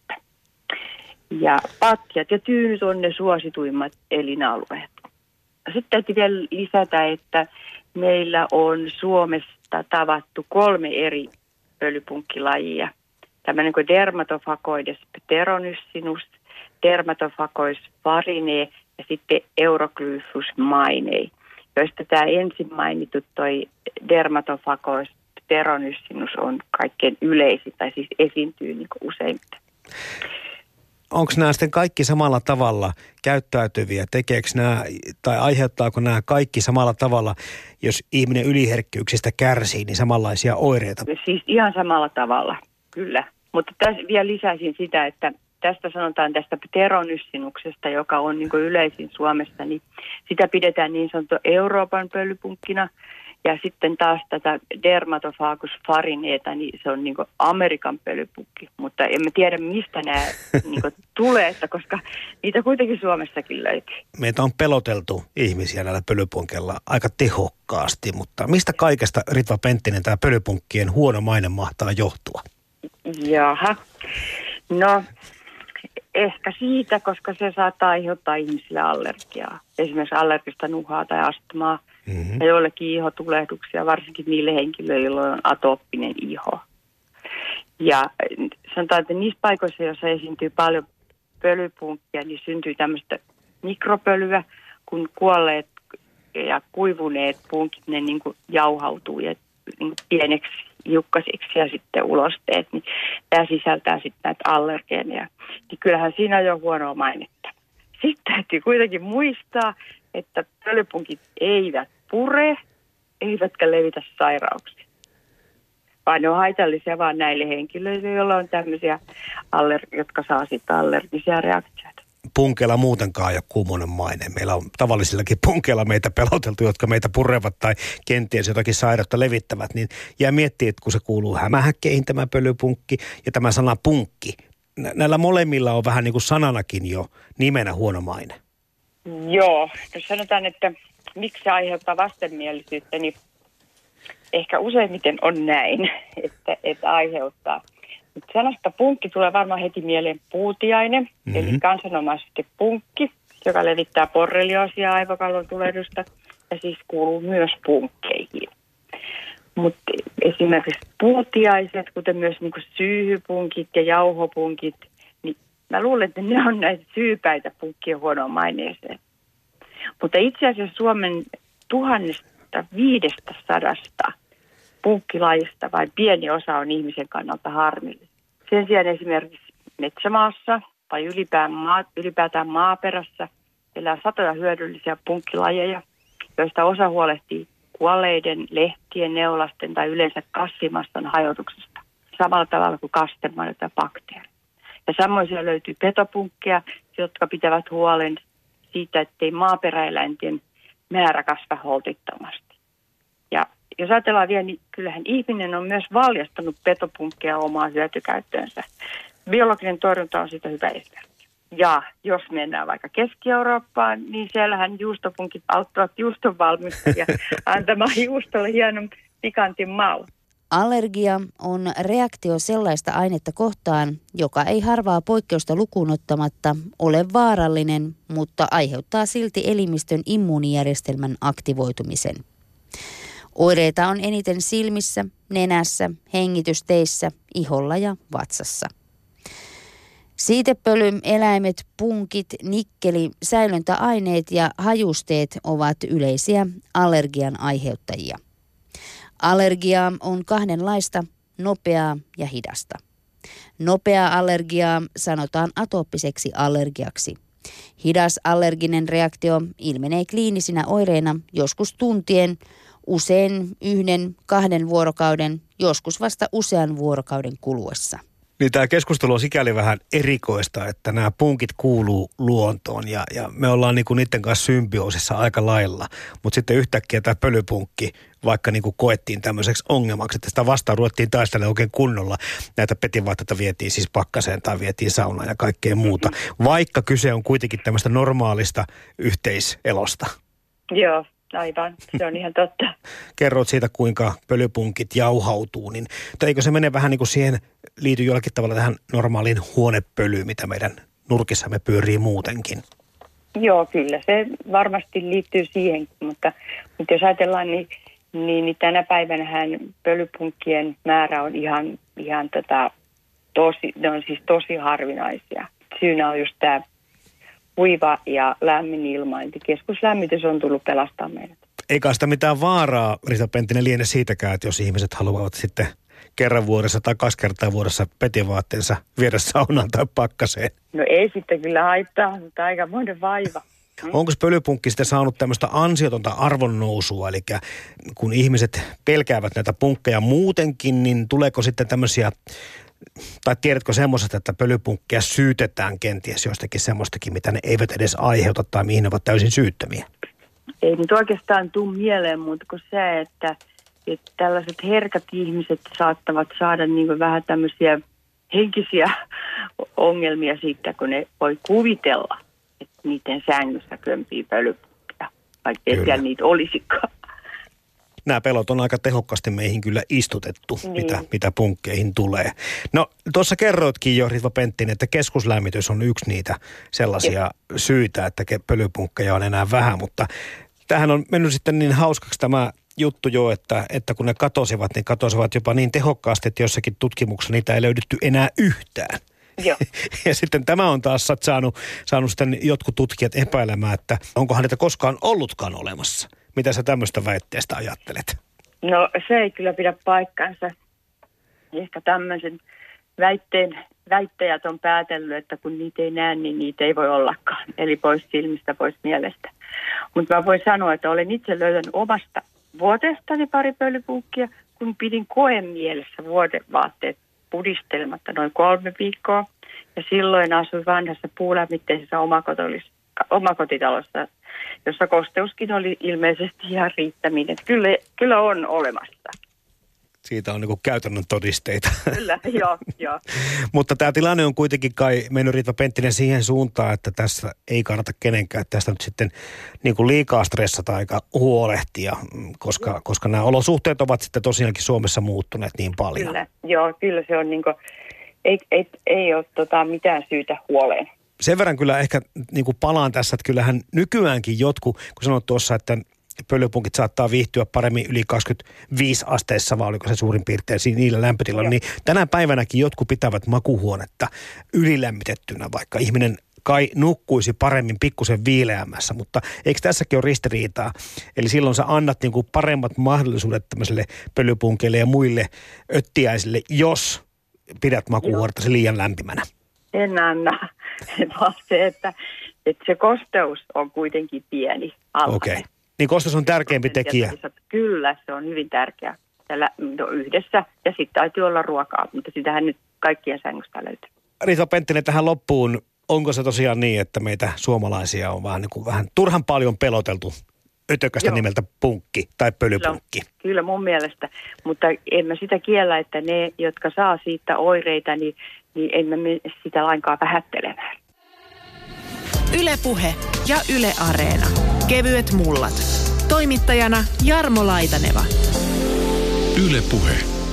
Ja patjat ja tyynyt on ne suosituimmat elinalueet. Sitten täytyy vielä lisätä, että meillä on Suomesta tavattu kolme eri pölypunkkilajia. Tämmöinen kuin Dermatofagoides pteronyssinus, Dermatofagois farinee ja sitten Euroglyphus mainei, joista tämä ensin mainittu toi Dermatofagois pteronyssinus on kaikkein yleisin, tai siis esiintyy niin kuin useimmiten. Onko nämä sitten kaikki samalla tavalla käyttäytyviä? Tekeekö nämä, tai aiheuttaako nämä kaikki samalla tavalla, jos ihminen yliherkkyyksistä kärsii, niin samanlaisia oireita? Siis ihan samalla tavalla, kyllä. Mutta tässä vielä lisäisin sitä, että tästä sanotaan tästä pteronyssinuksesta, joka on niin kuin yleisin Suomessa, niin sitä pidetään niin sanottu Euroopan pölypunkkina. Ja sitten taas tätä Dermatofagus farineeta, niin se on niin kuin Amerikan pölypunkki. Mutta emme tiedä, mistä nämä niin kuin tulee, että koska niitä kuitenkin Suomessakin löytyy. Meitä on peloteltu ihmisiä näillä pölypunkeilla aika tehokkaasti, mutta mistä kaikesta, Ritva Penttinen, tämä pölypunkkien huono maine mahtaa johtua? Jaha, no ehkä siitä, koska se saattaa aiheuttaa ihmisille allergiaa. Esimerkiksi allergista nuhaa tai astmaa. Mm-hmm. Ja joillekin ihotulehduksia, varsinkin niille henkilöille, joilla on atooppinen iho. Ja sanotaan, että niissä paikoissa, joissa esiintyy paljon pölypunkkia, niin syntyy tämmöistä mikropölyä, kun kuolleet ja kuivuneet punkit, ne niin kuin jauhautuu ja niin kuin pieneksi hiukkasiksi ja sitten ulosteet, niin tämä sisältää sitten näitä allergeeneja. Niin kyllähän siinä on jo huonoa mainetta. Sitten täytyy kuitenkin muistaa, että pölypunkit eivät pure, eivätkä levitä sairauksia. Vaan ne on haitallisia vaan näille henkilöille, joilla on tämmöisiä, aller- jotka saa sitten allergisia reaktioita. Punkeilla muutenkaan ei ole kummonen maine. Meillä on tavallisillakin punkeilla meitä peloteltu, jotka meitä purevat tai kenties jotakin sairautta levittävät. Niin jää miettiä, että kun se kuuluu hämähäkkeihin tämä pölypunkki ja tämä sana punkki. Näillä molemmilla on vähän niin kuin sananakin jo nimenä huono maine. Joo, jos sanotaan, että miksi se aiheuttaa vastenmielisyyttä, niin ehkä useimmiten on näin, että, että aiheuttaa. Mutta sanasta punkki tulee varmaan heti mieleen puutiainen, mm-hmm. eli kansanomaisesti punkki, joka levittää borrelioosia aivokallon tulehdusta ja siis kuuluu myös punkkeihin. Mutta esimerkiksi puutiaiset, kuten myös niinku syyhypunkit ja jauhopunkit, niin mä luulen, että ne on näitä syypäitä punkkien huonoon maineeseen. Mutta itse asiassa Suomen tuhannesta viidestä sadasta punkkilajista vain pieni osa on ihmisen kannalta harmillinen. Sen sijaan esimerkiksi metsämaassa tai ylipäätään, maa, ylipäätään maaperässä elää satoja hyödyllisiä punkkilajeja, joista osa huolehtii kuolleiden, lehtien, neulasten tai yleensä kasvimaston hajotuksesta. Samalla tavalla kuin kastemanot ja bakteerit. Ja samoin siellä löytyy petopunkkeja, jotka pitävät huolen siitä, ettei maaperäeläinten määrä kasva holtittomasti. Ja jos ajatellaan vielä, niin kyllähän ihminen on myös valjastanut petopunkkeja omaa hyötykäyttöönsä. Biologinen torjunta on siitä hyvä esimerkki. Ja jos mennään vaikka Keski-Eurooppaan, niin siellähän juustopunkit auttavat juuston valmistajia antamaan juustolle hienon pikantin maun. Allergia on reaktio sellaista ainetta kohtaan, joka ei harvaa poikkeusta lukuun ottamatta ole vaarallinen, mutta aiheuttaa silti elimistön immuunijärjestelmän aktivoitumisen. Oireita on eniten silmissä, nenässä, hengitysteissä, iholla ja vatsassa. Siitepöly, eläimet, punkit, nikkeli, säilöntäaineet ja hajusteet ovat yleisiä allergian aiheuttajia. Allergiaa on kahdenlaista, nopeaa ja hidasta. Nopeaa allergiaa sanotaan atooppiseksi allergiaksi. Hidas allerginen reaktio ilmenee kliinisinä oireina joskus tuntien, usein yhden, kahden vuorokauden, joskus vasta usean vuorokauden kuluessa. Niin tämä keskustelu on sikäli vähän erikoista, että nämä punkit kuuluu luontoon ja, ja me ollaan niinku niiden kanssa symbioosissa aika lailla. Mutta sitten yhtäkkiä tämä pölypunkki, vaikka niinku koettiin tämmöiseksi ongelmaksi, että sitä vastaan ruvettiin taistelemaan oikein kunnolla. Näitä petivaatteita vietiin siis pakkaseen tai vietiin saunaan ja kaikkea muuta, vaikka kyse on kuitenkin tämmöistä normaalista yhteiselosta. Joo. Aivan, se on ihan totta. Kerroit siitä, kuinka pölypunkit jauhautuu, niin eikö se mene vähän niin kuin siihen, liity jollakin tavalla tähän normaaliin huonepölyyn, mitä meidän nurkissamme pyörii muutenkin? Joo, kyllä se varmasti liittyy siihen, mutta, mutta jos ajatellaan, niin, niin, niin tänä päivänähän pölypunkkien määrä on ihan, ihan tota, tosi, ne on siis tosi harvinaisia. Syynä on just tämä kuiva ja lämmin ilma, eli keskuslämmitys on tullut pelastaa meidät. Eikä sitä mitään vaaraa, Rita Penttinen, liene siitäkään, että jos ihmiset haluavat sitten kerran vuodessa tai kaksi kertaa vuodessa petivaatteensa viedä saunaan tai pakkaseen. No ei sitten kyllä haittaa, mutta aikamoinen vaiva. Hmm. Onko pölypunkki sitten saanut tämmöistä ansiotonta arvonnousua, eli kun ihmiset pelkäävät näitä punkkeja muutenkin, niin tuleeko sitten tämmöisiä, tai tiedätkö semmoiset, että pölypunkkeja syytetään kenties jostakin semmoistakin, mitä ne eivät edes aiheuta tai mihin ne ovat täysin syyttömiä? Ei nyt oikeastaan tule mieleen muuta kuin se, että, että tällaiset herkät ihmiset saattavat saada niin kuin vähän tämmöisiä henkisiä ongelmia siitä, kun ne voi kuvitella, että niiden sängyssä kömpii pölypunkkeja, vaikka ei siellä niitä olisikaan. Nämä pelot on aika tehokkaasti meihin kyllä istutettu, niin. mitä, mitä punkkeihin tulee. No tuossa kerroitkin jo, Ritva Penttinen, että keskuslämmitys on yksi niitä sellaisia ja. syitä, että pölypunkkeja on enää vähän, mutta tämähän on mennyt sitten niin hauskaksi tämä juttu jo, että, että kun ne katosivat, niin katosivat jopa niin tehokkaasti, että jossakin tutkimuksessa niitä ei löydetty enää yhtään. Joo. Ja sitten tämä on taas saanut, saanut sitten jotkut tutkijat epäilemään, että onkohan niitä koskaan ollutkaan olemassa. Mitä sä tämmöistä väitteestä ajattelet? No se ei kyllä pidä paikkansa. Ehkä tämmöisen väitteen, väittäjät on päätellyt, että kun niitä ei näe, niin niitä ei voi ollakaan. Eli pois silmistä, pois mielestä. Mutta mä voin sanoa, että olen itse löytänyt omasta vuoteestani pari pölypunkkia, kun pidin koen mielessä vuodevaatteet pudistelematta noin kolme viikkoa. Ja silloin asuin vanhassa puulämmitteisessä omakotitalossa, jossa kosteuskin oli ilmeisesti ihan riittäminen. Kyllä, kyllä on olemassa. Siitä on niin kuin käytännön todisteita. Kyllä, joo, joo. Mutta tämä tilanne on kuitenkin kai mennyt, Ritva Penttinen, siihen suuntaan, että tässä ei kannata kenenkään tästä nyt sitten niin kuin liikaa stressata aika huolehtia, koska, koska nämä olosuhteet ovat sitten tosiaankin Suomessa muuttuneet niin paljon. Kyllä, joo, kyllä se on niin kuin, ei, ei, ei ole tota mitään syytä huoleen. Sen verran kyllä ehkä niin kuin palaan tässä, että kyllähän nykyäänkin jotkut, kun sanoit tuossa, että pölypunkit saattaa viihtyä paremmin yli kaksikymmentäviisi asteessa, vai oliko se suurin piirtein siinä niillä lämpötilalla, niin tänä päivänäkin jotkut pitävät makuuhuonetta ylilämmitettynä, vaikka ihminen kai nukkuisi paremmin pikkusen viileämmässä, mutta eikö tässäkin ole ristiriitaa? Eli silloin sä annat niin kuin paremmat mahdollisuudet tämmöiselle pölypunkeille ja muille öttiäisille, jos pidät makuuhuonettasi liian lämpimänä. En anna, vaan se, että, että se kosteus on kuitenkin pieni alla. Okei. Okay. Niin kosteus on tärkeämpi tekijä. Kyllä, se on hyvin tärkeä. Tällä, no, yhdessä ja sitten täytyy olla ruokaa, mutta sitähän nyt kaikkien sängystä löytyy. Ritva Penttinen, tähän loppuun. onko se tosiaan niin, että meitä suomalaisia on vähän, niin kuin, vähän turhan paljon peloteltu ötökästä Joo. nimeltä punkki tai pölypunkki? Kyllä, kyllä mun mielestä, mutta en mä sitä kiellä, että ne, jotka saa siitä oireita, niin, niin en mä sitä lainkaan vähättelemään. Yle Puhe ja Yle Areena. Kevyet mullat. Toimittajana Jarmo Laitaneva. Yle Puhe.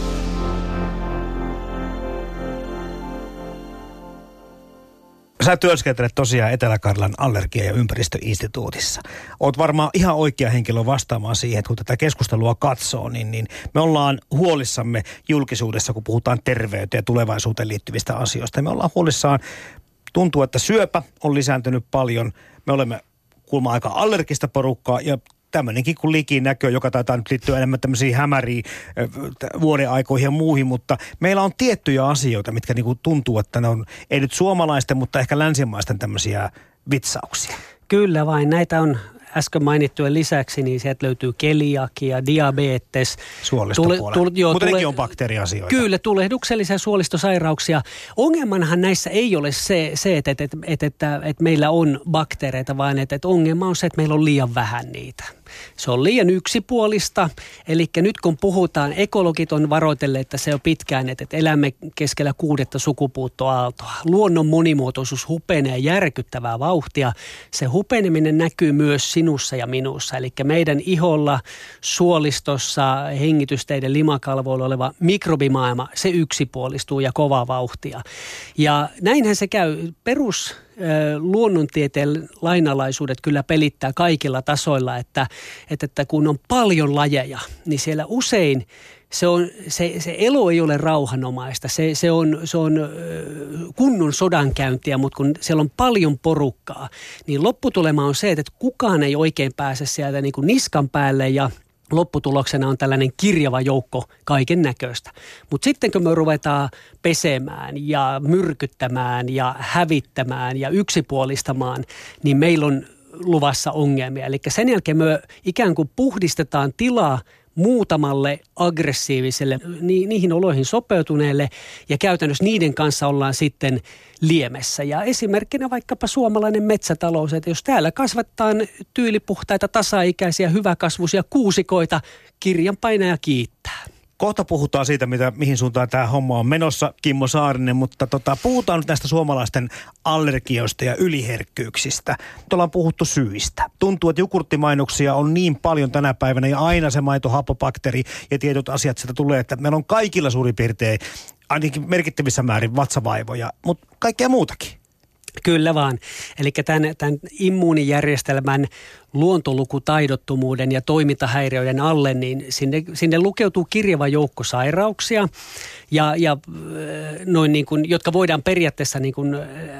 Sä työskentelet tosiaan Etelä-Karjalan allergia- ja ympäristöinstituutissa. Oot varmaan ihan oikea henkilö vastaamaan siihen, että kun tätä keskustelua katsoo, niin, niin me ollaan huolissamme julkisuudessa, kun puhutaan terveyteen ja tulevaisuuteen liittyvistä asioista. Me ollaan huolissaan, tuntuu, että syöpä on lisääntynyt paljon. Me olemme kuulemma aika allergista porukkaa ja tämmöinenkin kuin likinäkö, joka taitaa nyt liittyä enemmän tämmöisiin hämäriin vuodenaikoihin ja muihin, mutta meillä on tiettyjä asioita, mitkä niinku tuntuu, että ne on ei nyt suomalaisten, mutta ehkä länsimaisten tämmöisiä vitsauksia. Kyllä vain, näitä on äsken mainittujen lisäksi, niin sieltä löytyy keliakia, diabetes. Suolistopuolella, tule, tule, mutta nekin on bakteeriasioita. Kyllä, tulehduksellisia suolistosairauksia. Ongelmanhan näissä ei ole se, se että, että, että, että, että meillä on bakteereita, vaan että, että ongelma on se, että meillä on liian vähän niitä. Se on liian yksipuolista, eli nyt kun puhutaan, ekologit on varoitelleet, että se on pitkään, että elämme keskellä kuudetta sukupuuttoaaltoa. Luonnon monimuotoisuus hupenee järkyttävää vauhtia. Se hupeneminen näkyy myös sinussa ja minussa, eli meidän iholla, suolistossa, hengitysteiden limakalvoilla oleva mikrobimaailma, se yksipuolistuu ja kovaa vauhtia. Ja näinhän se käy perus luonnontieteen lainalaisuudet kyllä pelittää kaikilla tasoilla, että, että, että kun on paljon lajeja, niin siellä usein se, on, se, se elo ei ole rauhanomaista, se, se on, se on kunnon sodankäyntiä, mutta kun siellä on paljon porukkaa, niin lopputulema on se, että kukaan ei oikein pääse sieltä niin kuin niskan päälle ja lopputuloksena on tällainen kirjava joukko kaiken näköistä. Mutta sitten kun me ruvetaan pesemään ja myrkyttämään ja hävittämään ja yksipuolistamaan, niin meillä on luvassa ongelmia. Eli sen jälkeen me ikään kuin puhdistetaan tilaa muutamalle aggressiiviselle, ni, niihin oloihin sopeutuneelle ja käytännössä niiden kanssa ollaan sitten liemessä. Ja esimerkkinä vaikkapa suomalainen metsätalous, että jos täällä kasvatetaan tyylipuhtaita, tasaikäisiä, hyväkasvuisia kuusikoita, kirjanpainaja kiittää. Kohta puhutaan siitä, mitä, mihin suuntaan tämä homma on menossa, Kimmo Saarinen, mutta tota, puhutaan nyt näistä suomalaisten allergioista ja yliherkkyyksistä. Nyt ollaan puhuttu syistä. Tuntuu, että jogurttimainoksia on niin paljon tänä päivänä ja aina se maitohappobakteeri ja tietyt asiat sieltä tulee, että meillä on kaikilla suurin piirtein ainakin merkittävissä määrin vatsavaivoja, mutta kaikkea muutakin. Kyllä vaan. Eli tämän, tämän immuunijärjestelmän luontolukutaidottomuuden ja toimintahäiriöiden alle, niin sinne, sinne lukeutuu kirjava joukko sairauksia, ja, ja noin niin kuin, jotka voidaan periaatteessa niin kuin,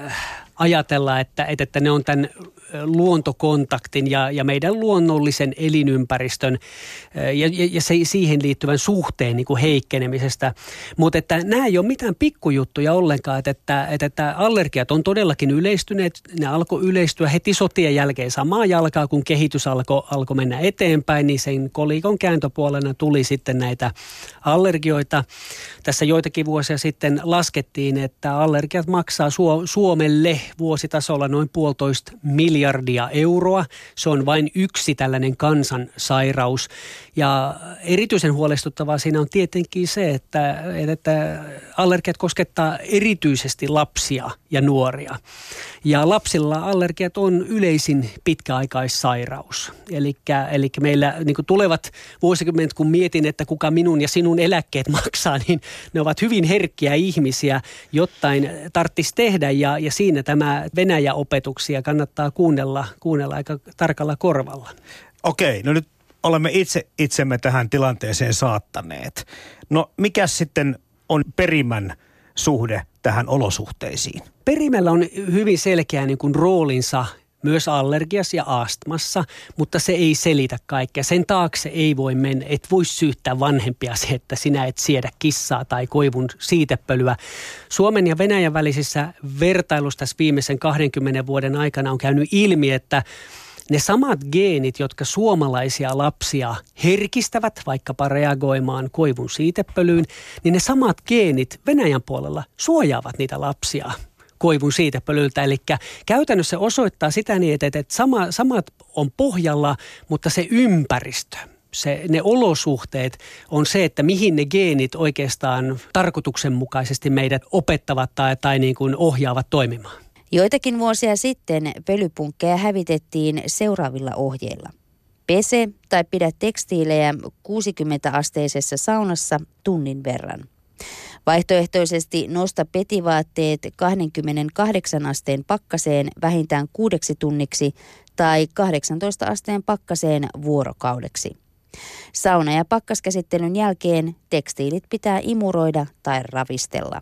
ajatella, että, että ne on tämän luontokontaktin ja, ja meidän luonnollisen elinympäristön ja, ja, ja se, siihen liittyvän suhteen niin kuin heikkenemisestä. Mutta että nämä ei ole mitään pikkujuttuja ollenkaan, että, että, että, että allergiat on todellakin yleistyneet. Ne alkoi yleistyä heti sotien jälkeen samaa jalkaa, kun kehitys alkoi alko mennä eteenpäin, niin sen kolikon kääntöpuolena tuli sitten näitä allergioita. Tässä joitakin vuosia sitten laskettiin, että allergiat maksaa Suomelle vuositasolla noin puolitoista miljardia euroa. Se on vain yksi tällainen kansansairaus. Ja erityisen huolestuttavaa siinä on tietenkin se, että, että allergiat koskettaa erityisesti lapsia ja nuoria. Ja lapsilla allergiat on yleisin pitkäaikaissairaus. Elikkä, elikkä meillä niin kuin tulevat vuosikymmenet, kun mietin, että kuka minun ja sinun eläkkeet maksaa, niin ne ovat hyvin herkkiä ihmisiä, jotain tarvitsisi tehdä. Ja, ja siinä tämä Venäjä-opetuksia kannattaa kuunnella, kuunnella aika tarkalla korvalla. Okei, no nyt olemme itse itsemme tähän tilanteeseen saattaneet. No mikä sitten on perimän suhde tähän olosuhteisiin? Perimällä on hyvin selkeä niin kuin roolinsa myös allergiassa ja astmassa, mutta se ei selitä kaikkea. Sen taakse ei voi mennä. Et voi syyttää vanhempia se, että sinä et siedä kissaa tai koivun siitepölyä. Suomen ja Venäjän välisissä vertailussa tässä viimeisen kahdenkymmenen vuoden aikana on käynyt ilmi, että ne samat geenit, jotka suomalaisia lapsia herkistävät vaikkapa reagoimaan koivun siitepölyyn, niin ne samat geenit Venäjän puolella suojaavat niitä lapsia koivun siitepölyltä. Eli käytännössä osoittaa sitä niin, että, että sama, samat on pohjalla, mutta se ympäristö, se, ne olosuhteet on se, että mihin ne geenit oikeastaan tarkoituksenmukaisesti meidät opettavat tai, tai niin kuin ohjaavat toimimaan. Joitakin vuosia sitten pölypunkkeja hävitettiin seuraavilla ohjeilla. Pese tai pidä tekstiilejä kuusikymmentä-asteisessa saunassa tunnin verran. Vaihtoehtoisesti nosta petivaatteet kaksikymmentäkahdeksan asteen pakkaseen vähintään kuudeksi tunniksi tai kahdeksantoista asteen pakkaseen vuorokaudeksi. Sauna- ja pakkaskäsittelyn jälkeen tekstiilit pitää imuroida tai ravistella.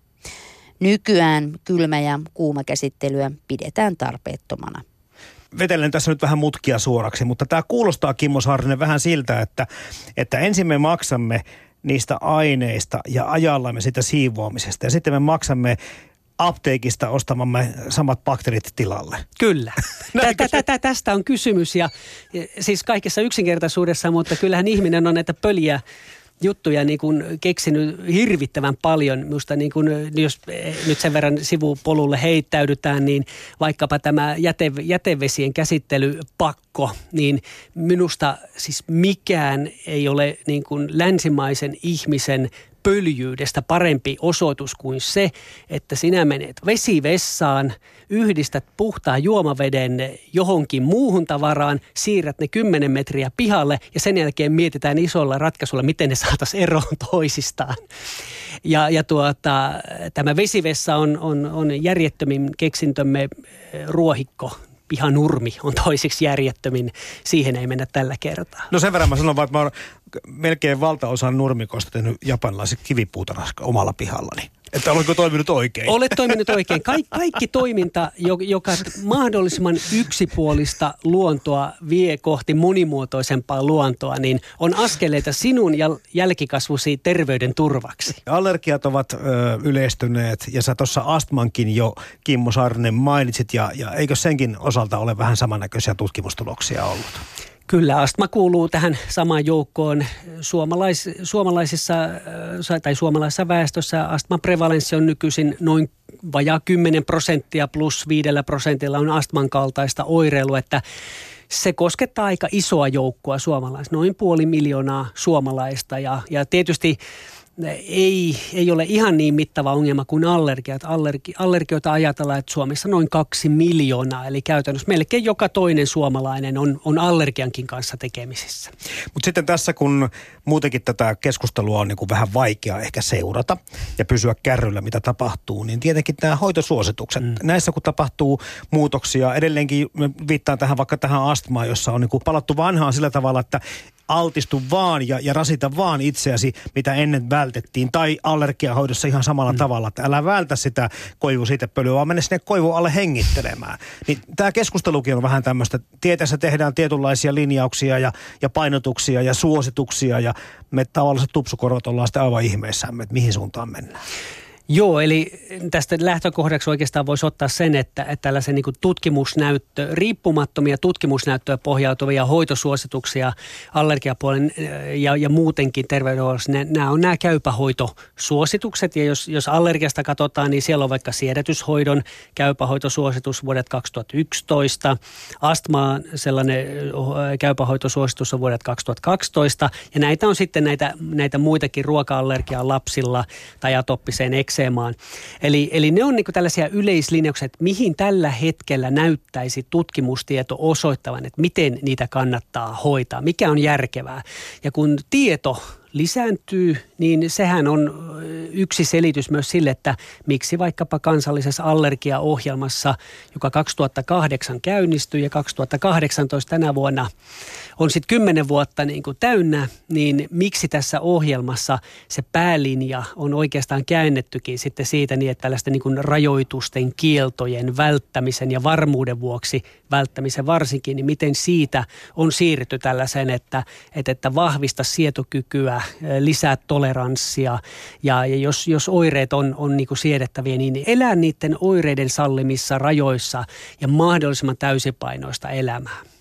Nykyään kylmä- ja kuumakäsittelyä pidetään tarpeettomana. Vetelen tässä nyt vähän mutkia suoraksi, mutta tämä kuulostaa, Kimmo Saarinen, vähän siltä, että, että ensin me maksamme niistä aineista ja ajallamme sitä siivoamisesta ja sitten me maksamme apteekista ostamamme samat bakteerit tilalle. Kyllä. Tätä, tästä on kysymys ja siis kaikessa yksinkertaisuudessa, mutta kyllähän ihminen on näitä pöliä juttuja niin kuin keksinyt hirvittävän paljon. Minusta niin kuin, jos nyt sen verran sivupolulle heittäydytään, niin vaikkapa tämä jäte, jätevesien käsittelypakko, niin minusta siis mikään ei ole niin kuin länsimaisen ihmisen pöljyydestä parempi osoitus kuin se, että sinä menet vesivessaan, yhdistät puhtaan juomaveden johonkin muuhun tavaraan, siirrät ne kymmenen metriä pihalle ja sen jälkeen mietitään isolla ratkaisulla, miten ne saataisiin eroon toisistaan. Ja, ja tuota, tämä vesivessa on, on, on järjettömin keksintömme ruohikko. Pihanurmi on toiseksi järjettömin. Siihen ei mennä tällä kertaa. No sen verran mä sanon vaan, että mä oon melkein valtaosan nurmikosta tehnyt japanilaiset kivipuutarhassa omalla pihallani. Että oletko toiminut oikein? Olet toiminut oikein. Ka- kaikki toiminta, joka mahdollisimman yksipuolista luontoa vie kohti monimuotoisempaa luontoa, niin on askeleita sinun ja jälkikasvusi terveyden turvaksi. Allergiat ovat ö, yleistyneet ja sä tuossa astmankin jo, Kimmo Saarinen, mainitsit ja, ja eikö senkin osalta ole vähän samannäköisiä tutkimustuloksia ollut? Kyllä, astma kuuluu tähän samaan joukkoon. Suomalais, suomalaisissa tai suomalaisessa väestössä astman prevalenssi on nykyisin noin vajaa kymmenen prosenttia plus viidellä prosentilla on astman kaltaista oireilua, että se koskettaa aika isoa joukkoa suomalaista, noin puoli miljoonaa suomalaista ja, ja tietysti Ei, ei ole ihan niin mittava ongelma kuin allergiat. Allergi, allergioita ajatellaan, että Suomessa noin kaksi miljoonaa, eli käytännössä melkein joka toinen suomalainen on, on allergiankin kanssa tekemisissä. Mutta sitten tässä, kun muutenkin tätä keskustelua on niin kuin vähän vaikea ehkä seurata ja pysyä kärryllä, mitä tapahtuu, niin tietenkin nämä hoitosuositukset. Mm. Näissä kun tapahtuu muutoksia, edelleenkin viittaan tähän vaikka tähän astmaan, jossa on niin kuin palattu vanhaan sillä tavalla, että altistu vaan ja, ja rasita vaan itseäsi, mitä ennen vältettiin. Tai allergiahoidossa ihan samalla mm. tavalla, että älä vältä sitä koivusiitepölyä, vaan mene sinne koivun alle hengittelemään. Niin tämä keskustelukin on vähän tämmöistä. Tieteessä tehdään tietynlaisia linjauksia ja, ja painotuksia ja suosituksia ja me tavalliset tupsukorvat ollaan sitten aivan ihmeissämme, että mihin suuntaan mennään. Joo, eli tästä lähtökohdaksi oikeastaan voisi ottaa sen, että, että tällaisen niin kuin tutkimusnäyttö, riippumattomia tutkimusnäyttöä pohjautuvia hoitosuosituksia allergiapuolen ja, ja muutenkin terveydenhuollossa, nämä on nämä käypähoitosuositukset. Ja jos, jos allergiasta katsotaan, niin siellä on vaikka siedätyshoidon käypähoitosuositus vuodet kaksituhattayksitoista, astmaan sellainen käypähoitosuositus on vuodet kaksituhattakaksitoista, ja näitä on sitten näitä, näitä muitakin ruoka-allergiaa lapsilla tai atoppiseen ekseemaan. Eli, eli ne on niin kuin tällaisia yleislinjauksia, että mihin tällä hetkellä näyttäisi tutkimustieto osoittavan, että miten niitä kannattaa hoitaa, mikä on järkevää. Ja kun tieto lisääntyy, niin sehän on yksi selitys myös sille, että miksi vaikkapa kansallisessa allergiaohjelmassa, joka kaksituhattakahdeksan käynnistyi ja kaksituhattakahdeksantoista tänä vuonna on sitten kymmenen vuotta niin kuin täynnä, niin miksi tässä ohjelmassa se päälinja on oikeastaan käännettykin sitten siitä niin, että tällaisten niin kuin rajoitusten, kieltojen välttämisen ja varmuuden vuoksi välttämisen varsinkin, niin miten siitä on siirrytty tällaiseen, että, että, että vahvista sietokykyä, lisää toleranssia ja, ja jos, jos oireet on, on niin kuin siedettäviä, niin elää niiden oireiden sallimissa rajoissa ja mahdollisimman täysipainoista elämää.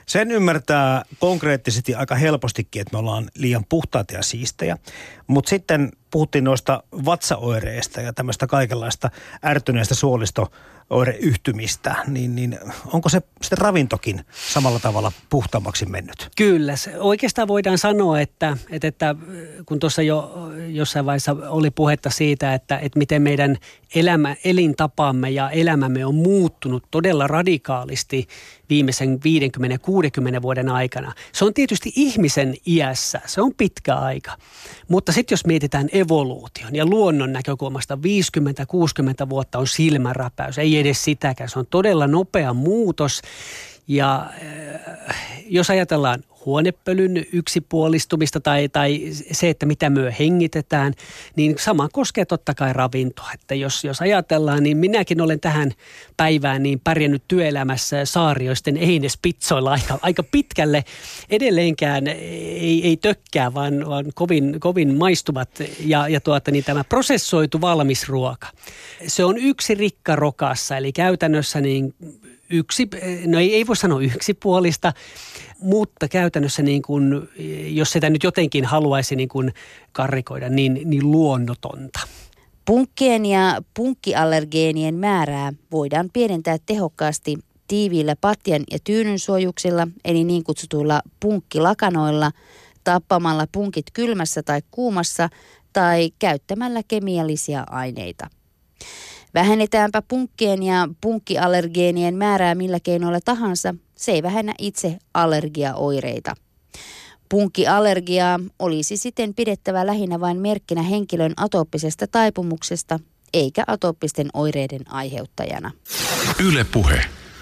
Sen ymmärtää konkreettisesti aika helpostikin, että me ollaan liian puhtaita ja siistejä. Mutta sitten puhuttiin noista vatsaoireista ja tämmöistä kaikenlaista ärtyneistä suolisto-oireyhtymistä. Niin, niin onko se sitten ravintokin samalla tavalla puhtaammaksi mennyt? Kyllä. Se oikeastaan voidaan sanoa, että, että, että kun tuossa jo jossain vaiheessa oli puhetta siitä, että, että miten meidän elämä, elintapamme ja elämämme on muuttunut todella radikaalisti viimeisen viisikymmentä kuusikymmentä vuoden aikana. Se on tietysti ihmisen iässä, se on pitkä aika. Mutta sitten jos mietitään evoluution ja luonnon näkökulmasta viisikymmentä kuusikymmentä vuotta on silmänräpäys, ei edes sitäkään. Se on todella nopea muutos ja äh, jos ajatellaan huonepölyn yksipuolistumista tai, tai se, että mitä me hengitetään, niin sama koskee totta kai ravintoa. Että jos, jos ajatellaan, niin minäkin olen tähän päivään niin pärjännyt työelämässä saarioisten einespitsoilla aika, aika pitkälle. Edelleenkään ei, ei tökkää, vaan, vaan kovin, kovin maistuvat ja, ja tuota, niin tämä prosessoitu valmis ruoka. Se on yksi rikka rokassa, eli käytännössä niin yksi, no ei, ei voi sanoa yksipuolista, mutta käytännössä niin kuin, jos sitä nyt jotenkin haluaisi niin kuin karrikoida, niin, niin luonnotonta. Punkkien ja punkkiallergeenien määrää voidaan pienentää tehokkaasti tiiviillä patjan ja tyynyn suojuksilla, eli niin kutsutuilla punkkilakanoilla, tappamalla punkit kylmässä tai kuumassa tai käyttämällä kemiallisia aineita. Vähennetäänpä punkkien ja punkkiallergeenien määrää millä keinoilla tahansa, se ei vähennä itse allergiaoireita. Punkkiallergiaa olisi siten pidettävä lähinnä vain merkkinä henkilön atooppisesta taipumuksesta, eikä atooppisten oireiden aiheuttajana. Yle Puhe.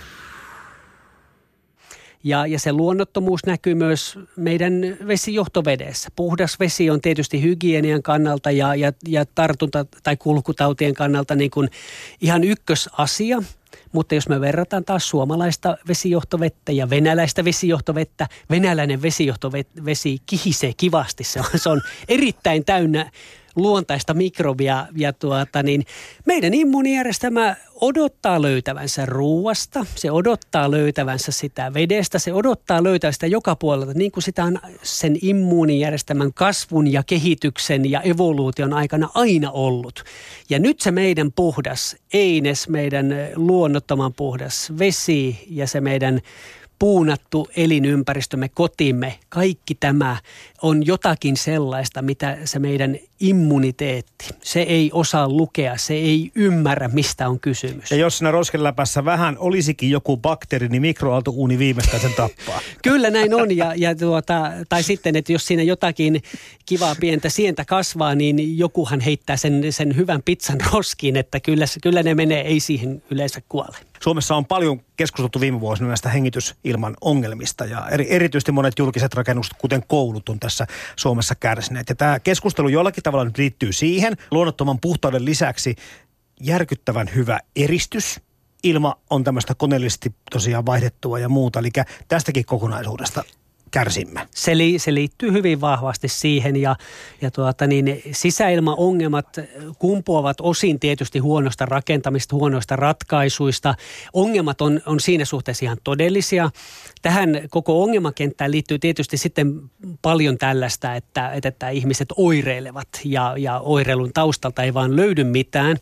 Ja, ja se luonnottomuus näkyy myös meidän vesijohtovedessä. Puhdas vesi on tietysti hygienian kannalta ja, ja, ja tartunta- tai kulkutautien kannalta niin kuin ihan ykkösasia. Mutta jos me verrataan taas suomalaista vesijohtovettä ja venäläistä vesijohtovettä, venäläinen vesijohtovesi kihisee kivasti. Se on, se on erittäin täynnä luontaista mikrobia ja tuota, niin meidän immuunijärjestelmä odottaa löytävänsä ruuasta, se odottaa löytävänsä sitä vedestä, se odottaa löytävänsä sitä joka puolelta, niin kuin sitä on sen immuunijärjestelmän kasvun ja kehityksen ja evoluution aikana aina ollut. Ja nyt se meidän puhdas eines, meidän luonnottoman puhdas vesi ja se meidän puunattu elinympäristömme, kotimme, kaikki tämä on jotakin sellaista, mitä se meidän immuniteetti, se ei osaa lukea, se ei ymmärrä, mistä on kysymys. Ja jos siinä roskenläpässä vähän olisikin joku bakteeri, niin mikroaaltouuni viimeistään sen tappaa. Kyllä näin on, ja, ja tuota, tai sitten, että jos siinä jotakin kivaa pientä sientä kasvaa, niin jokuhan heittää sen, sen hyvän pizzan roskiin, että kyllä, kyllä ne menee, ei siihen yleensä kuole. Suomessa on paljon keskusteltu viime vuosina näistä hengitysilman ongelmista ja eri, erityisesti monet julkiset rakennukset, kuten koulut, on tässä Suomessa kärsineet. Ja tämä keskustelu jollakin tavalla nyt liittyy siihen. Luonnottoman puhtauden lisäksi järkyttävän hyvä eristys. Ilma on tämmöistä koneellisesti tosiaan vaihdettua ja muuta, eli tästäkin kokonaisuudesta kärsimme. Se, li, se liittyy hyvin vahvasti siihen ja, ja tuota, niin sisäilmaongelmat kumpuavat osin tietysti huonosta rakentamista, huonoista ratkaisuista. Ongelmat on, on siinä suhteessa ihan todellisia. Tähän koko ongelmakenttään liittyy tietysti sitten paljon tällaista, että, että, että ihmiset oireilevat ja, ja oireilun taustalta ei vaan löydy mitään.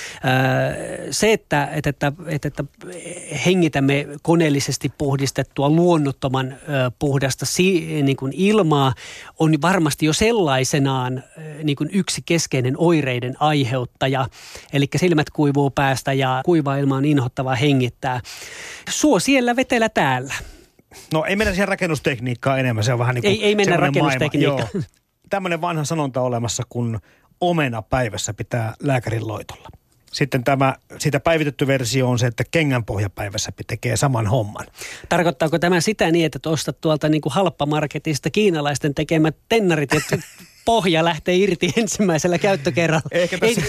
Se, että, että, että, että hengitämme koneellisesti puhdistettua luonnottoman puhdasta Si, niin kuin ilmaa on varmasti jo sellaisenaan niin kuin yksi keskeinen oireiden aiheuttaja. Eli silmät kuivuu päästä ja kuiva ilma on inhottavaa hengittää. Suo siellä, vetelä täällä. No ei mennä siihen rakennustekniikkaan enemmän, se on vähän niin kuin ei, ei mennä rakennustekniikkaan. Tämmöinen vanha sanonta olemassa, kun omena päivässä pitää lääkärin loitolla. Sitten tämä, siitä päivitetty versio on se, että kengänpohjapäivässä tekee saman homman. Tarkoittaako tämä sitä niin, että ostat tuolta niin kuin halppamarketista kiinalaisten tekemät tennarit ja pohja lähtee irti ensimmäisellä käyttökerralla. Ehkäpä Ei,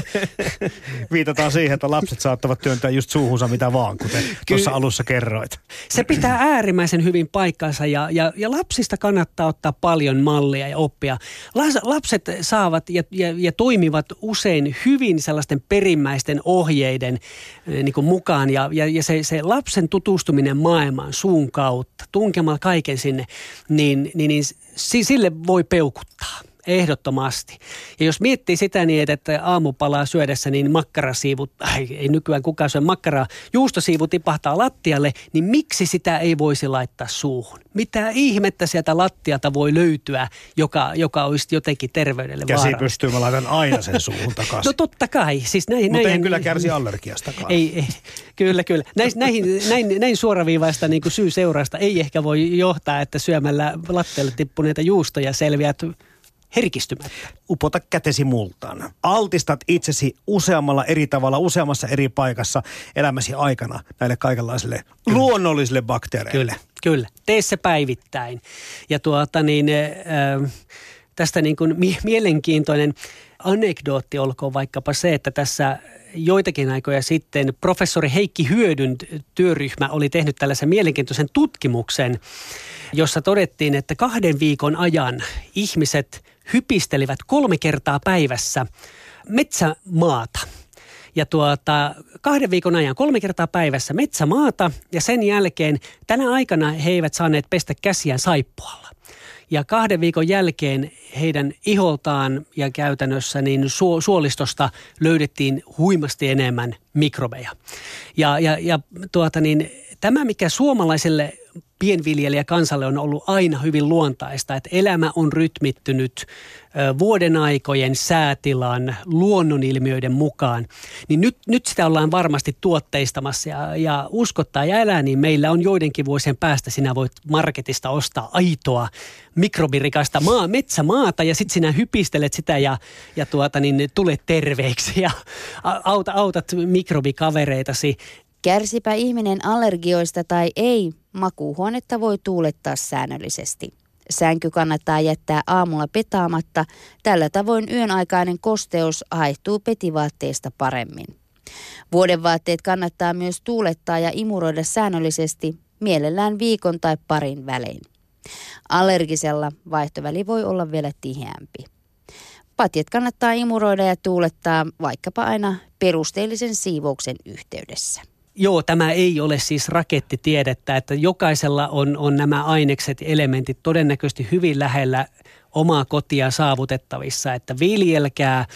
viitataan siihen, että lapset saattavat työntää just suuhunsa mitä vaan, kuten tuossa alussa kerroit. Se pitää äärimmäisen hyvin paikkansa ja, ja, ja lapsista kannattaa ottaa paljon mallia ja oppia. Las, lapset saavat ja, ja, ja toimivat usein hyvin sellaisten perimmäisten ohjeiden niin kuin mukaan ja, ja, ja se, se lapsen tutustuminen maailmaan suun kautta, tunkemalla kaiken sinne, niin, niin, niin sille voi peukuttaa. Ehdottomasti. Ja jos miettii sitä niin, että aamupalaa syödessä, niin makkarasiivut, ai, ei nykyään kukaan syö makkaraa, juustosiivu tipahtaa lattialle, niin miksi sitä ei voisi laittaa suuhun? Mitä ihmettä sieltä lattialta voi löytyä, joka, joka olisi jotenkin terveydelle vaarallista? Käsi pystyy, mä laitan aina sen suuhun takaisin. No totta kai. Siis näin, mutta näin, en kyllä kärsi allergiastakaan. Ei, ei. Kyllä, kyllä. Näin, näihin, näin, näin suoraviivaista niin kuin syy-seurasta ei ehkä voi johtaa, että syömällä lattialle tippuneita juustoja selviät herkistymättä. Upota kätesi multaan. Altistat itsesi useammalla eri tavalla, useammassa eri paikassa elämäsi aikana näille kaikenlaisille kyllä. luonnollisille bakteereille. Kyllä, kyllä. Tee se päivittäin. Ja tuota niin, äh, tästä niin kuin mi- mielenkiintoinen anekdootti olkoon vaikkapa se, että tässä joitakin aikoja sitten professori Heikki Hyödyn työryhmä oli tehnyt tällaisen mielenkiintoisen tutkimuksen, jossa todettiin, että kahden viikon ajan ihmiset hypistelivät kolme kertaa päivässä metsämaata. Ja tuota, kahden viikon ajan kolme kertaa päivässä metsämaata ja sen jälkeen tänä aikana he eivät saaneet pestä käsiään saippualla. Ja kahden viikon jälkeen heidän iholtaan ja käytännössä niin su- suolistosta löydettiin huimasti enemmän mikrobeja. Ja, ja, ja tuota niin, tämä, mikä suomalaiselle pienviljelijäkansalle on ollut aina hyvin luontaista, että elämä on rytmittynyt vuoden aikojen, säätilan, luonnonilmiöiden mukaan, niin nyt, nyt sitä ollaan varmasti tuotteistamassa ja, ja uskottaa ja elää, niin meillä on joidenkin vuosien päästä, sinä voit marketista ostaa aitoa mikrobirikasta maa, metsämaata ja sitten sinä hypistelet sitä ja, ja tuota, niin tulet terveeksi ja auta, autat mikrobikavereitasi. Kärsipä ihminen allergioista tai ei, makuuhuonetta voi tuulettaa säännöllisesti. Sänky kannattaa jättää aamulla petaamatta, tällä tavoin yön aikainen kosteus haihtuu petivaatteista paremmin. Vuodenvaatteet kannattaa myös tuulettaa ja imuroida säännöllisesti, mielellään viikon tai parin välein. Allergisella vaihtoväli voi olla vielä tiheämpi. Patjat kannattaa imuroida ja tuulettaa vaikkapa aina perusteellisen siivouksen yhteydessä. Joo, tämä ei ole siis rakettitiedettä, että jokaisella on, on nämä ainekset, elementit todennäköisesti hyvin lähellä omaa kotia saavutettavissa, että viljelkää,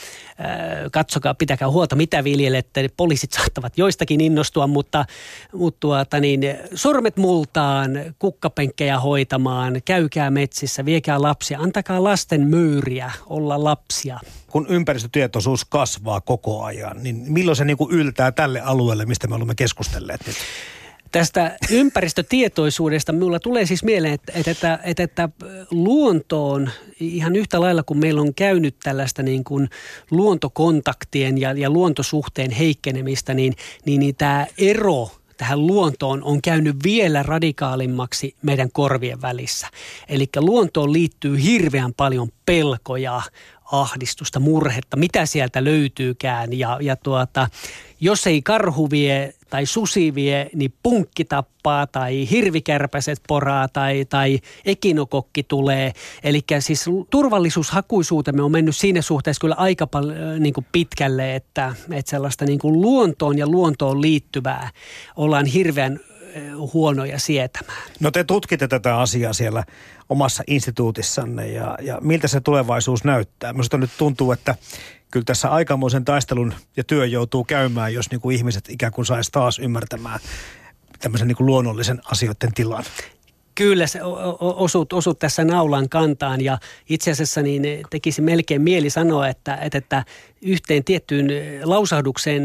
katsokaa, pitäkää huolta, mitä viljelette. Poliisit saattavat joistakin innostua, mutta, mutta tuota niin, sormet multaan, kukkapenkkejä hoitamaan, käykää metsissä, viekää lapsia, antakaa lasten möyriä olla lapsia. Kun ympäristötietoisuus kasvaa koko ajan, niin milloin se niin kuin yltää tälle alueelle, mistä me olemme keskustelleet nyt? Tästä ympäristötietoisuudesta minulla tulee siis mieleen, että, että, että, että luontoon ihan yhtä lailla kun meillä on käynyt tällaista niin kuin luontokontaktien ja, ja luontosuhteen heikkenemistä, niin, niin, niin tämä ero tähän luontoon on käynyt vielä radikaalimmaksi meidän korvien välissä. Eli luontoon liittyy hirveän paljon pelkoja, ahdistusta, murhetta, mitä sieltä löytyykään ja, ja tuota, jos ei karhu vie tai susi vie, niin punkki tappaa tai hirvikärpäset poraa tai, tai ekinokokki tulee. Eli siis turvallisuushakuisuutemme on mennyt siinä suhteessa kyllä aika paljon niin kuin pitkälle, että, että sellaista niin kuin luontoon ja luontoon liittyvää ollaan hirveän huonoja sietämään. No te tutkitte tätä asiaa siellä omassa instituutissanne ja, ja miltä se tulevaisuus näyttää? Minusta nyt tuntuu, että kyllä tässä aikamoisen taistelun ja työn joutuu käymään, jos niin kuin ihmiset ikään kuin saisi taas ymmärtämään tämmöisen niin kuin luonnollisen asioiden tilan. Kyllä se osut, osut tässä naulan kantaan ja itse asiassa niin tekisi melkein mieli sanoa, että, että, että yhteen tiettyyn lausahdukseen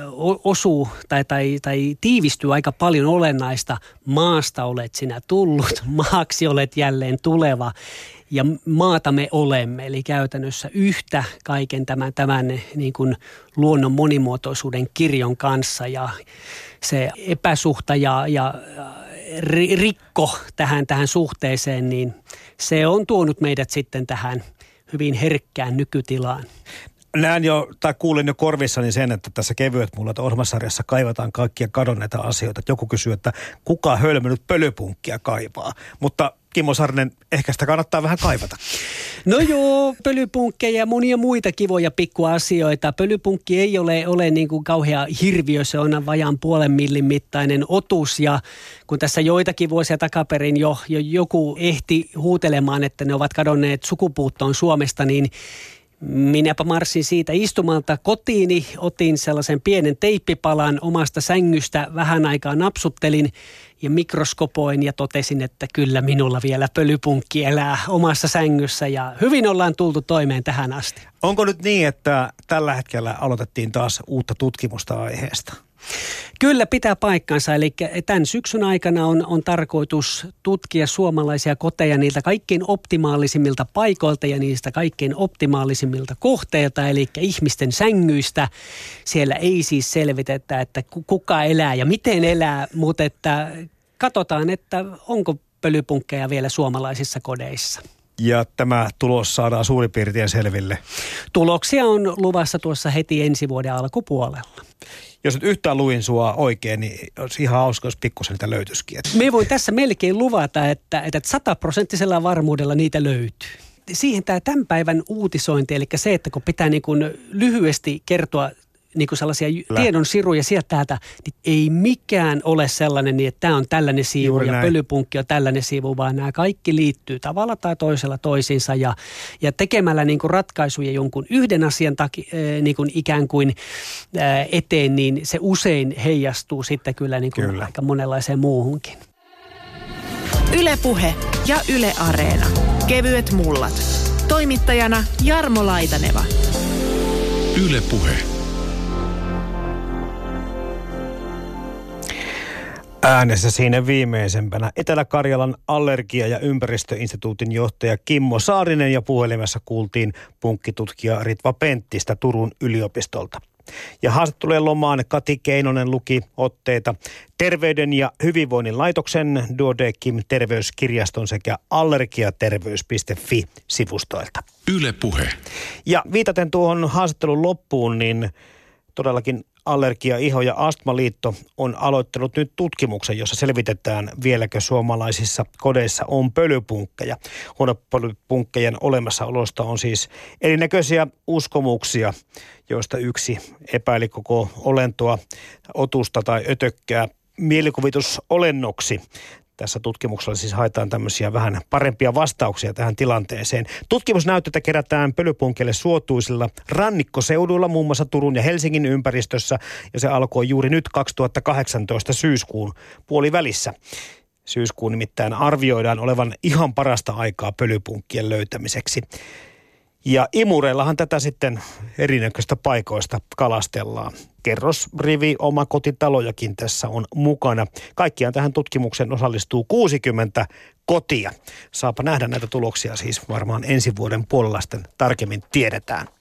osuu tai, tai, tai tiivistyy aika paljon olennaista. Maasta olet sinä tullut, maaksi olet jälleen tuleva ja maata me olemme. Eli käytännössä yhtä kaiken tämän, tämän niin kuin luonnon monimuotoisuuden kirjon kanssa ja se epäsuhta ja, ja rikko tähän, tähän suhteeseen, niin se on tuonut meidät sitten tähän hyvin herkkään nykytilaan. Näen jo, tai kuulin jo korvissani sen, että tässä Kevyet mullat -ohjelmasarjassa kaivataan kaikkia kadonneita asioita. Joku kysyy, että kuka hölmönyt pölypunkkia kaivaa. Mutta Kimmo Saarinen, ehkä sitä kannattaa vähän kaivata. No joo, pölypunkkeja ja monia muita kivoja pikkuasioita. Pölypunkki ei ole, ole niin kuin kauhea hirviö, se on vajaan puolen millin mittainen otus. Ja kun tässä joitakin vuosia takaperin jo, jo joku ehti huutelemaan, että ne ovat kadonneet sukupuuttoon Suomesta, niin minäpä marssin siitä istumalta kotiini, otin sellaisen pienen teippipalan omasta sängystä, vähän aikaa napsuttelin ja mikroskopoin ja totesin, että kyllä minulla vielä pölypunkki elää omassa sängyssä ja hyvin ollaan tultu toimeen tähän asti. Onko nyt niin, että tällä hetkellä aloitettiin taas uutta tutkimusta aiheesta? Kyllä pitää paikkansa, eli tämän syksyn aikana on, on tarkoitus tutkia suomalaisia koteja niiltä kaikkein optimaalisimmilta paikoilta ja niistä kaikkein optimaalisimmilta kohteilta, eli ihmisten sängyistä. Siellä ei siis selvitetä, että kuka elää ja miten elää, mutta että katsotaan, että onko pölypunkkeja vielä suomalaisissa kodeissa. Ja tämä tulos saadaan suurin piirtein selville. Tuloksia on luvassa tuossa heti ensi vuoden alkupuolella. Jos nyt yhtään luin sua oikein, niin olisi ihan hauska, jos pikkusen niitä löytyisikin. Me voin tässä melkein luvata, että, että sataprosenttisella varmuudella niitä löytyy. Siihen tämä tämän päivän uutisointi, eli se, että kun pitää niin kuin lyhyesti kertoa niin kuin sellaisia tiedon siruja sieltä täältä, niin ei mikään ole sellainen niin, että tämä on tällainen siivu Juuri ja näin. Pölypunkki on tällainen siivu, vaan nämä kaikki liittyy tavalla tai toisella toisiinsa ja, ja tekemällä niin kuin ratkaisuja jonkun yhden asian taki, äh, niin kuin ikään kuin äh, eteen, niin se usein heijastuu sitten kyllä, niin kuin kyllä. aika monenlaiseen muuhunkin. Yle Puhe ja Yle Areena. Kevyet mullat. Toimittajana Jarmo Laitaneva. Yle Puhe. Äänessä siinä viimeisempänä Etelä-Karjalan allergia- ja ympäristöinstituutin johtaja Kimmo Saarinen ja puhelimessa kuultiin punkkitutkija Ritva Penttistä Turun yliopistolta. Ja haastattelujen lomaan Kati Keinonen luki otteita Terveyden ja hyvinvoinnin laitoksen, Duodecim terveyskirjaston sekä allergiaterveys piste fi-sivustoilta. Yle Puhe. Ja viitaten tuohon haastattelun loppuun, niin todellakin Allergia-, Iho- ja Astmaliitto on aloittanut nyt tutkimuksen, jossa selvitetään vieläkö suomalaisissa kodeissa on pölypunkkeja. Huonepölypunkkejen olemassaolosta on siis erinäköisiä uskomuksia, joista yksi epäili koko olentoa, otusta tai ötökkää mielikuvitusolennoksi. Tässä tutkimuksella siis haetaan tämmöisiä vähän parempia vastauksia tähän tilanteeseen. Tutkimusnäyttöitä kerätään pölypunkeille suotuisilla rannikkoseuduilla, muun muassa Turun ja Helsingin ympäristössä, ja se alkoi juuri nyt kaksituhattakahdeksantoista syyskuun puolivälissä. Syyskuun nimittäin arvioidaan olevan ihan parasta aikaa pölypunkkien löytämiseksi. Ja imureillahan tätä sitten erinäköistä paikoista kalastellaan. Kerrosrivi, omakotitalojakin tässä on mukana. Kaikkiaan tähän tutkimukseen osallistuu kuusikymmentä kotia. Saapa nähdä näitä tuloksia siis varmaan ensi vuoden puolella sitten tarkemmin tiedetään.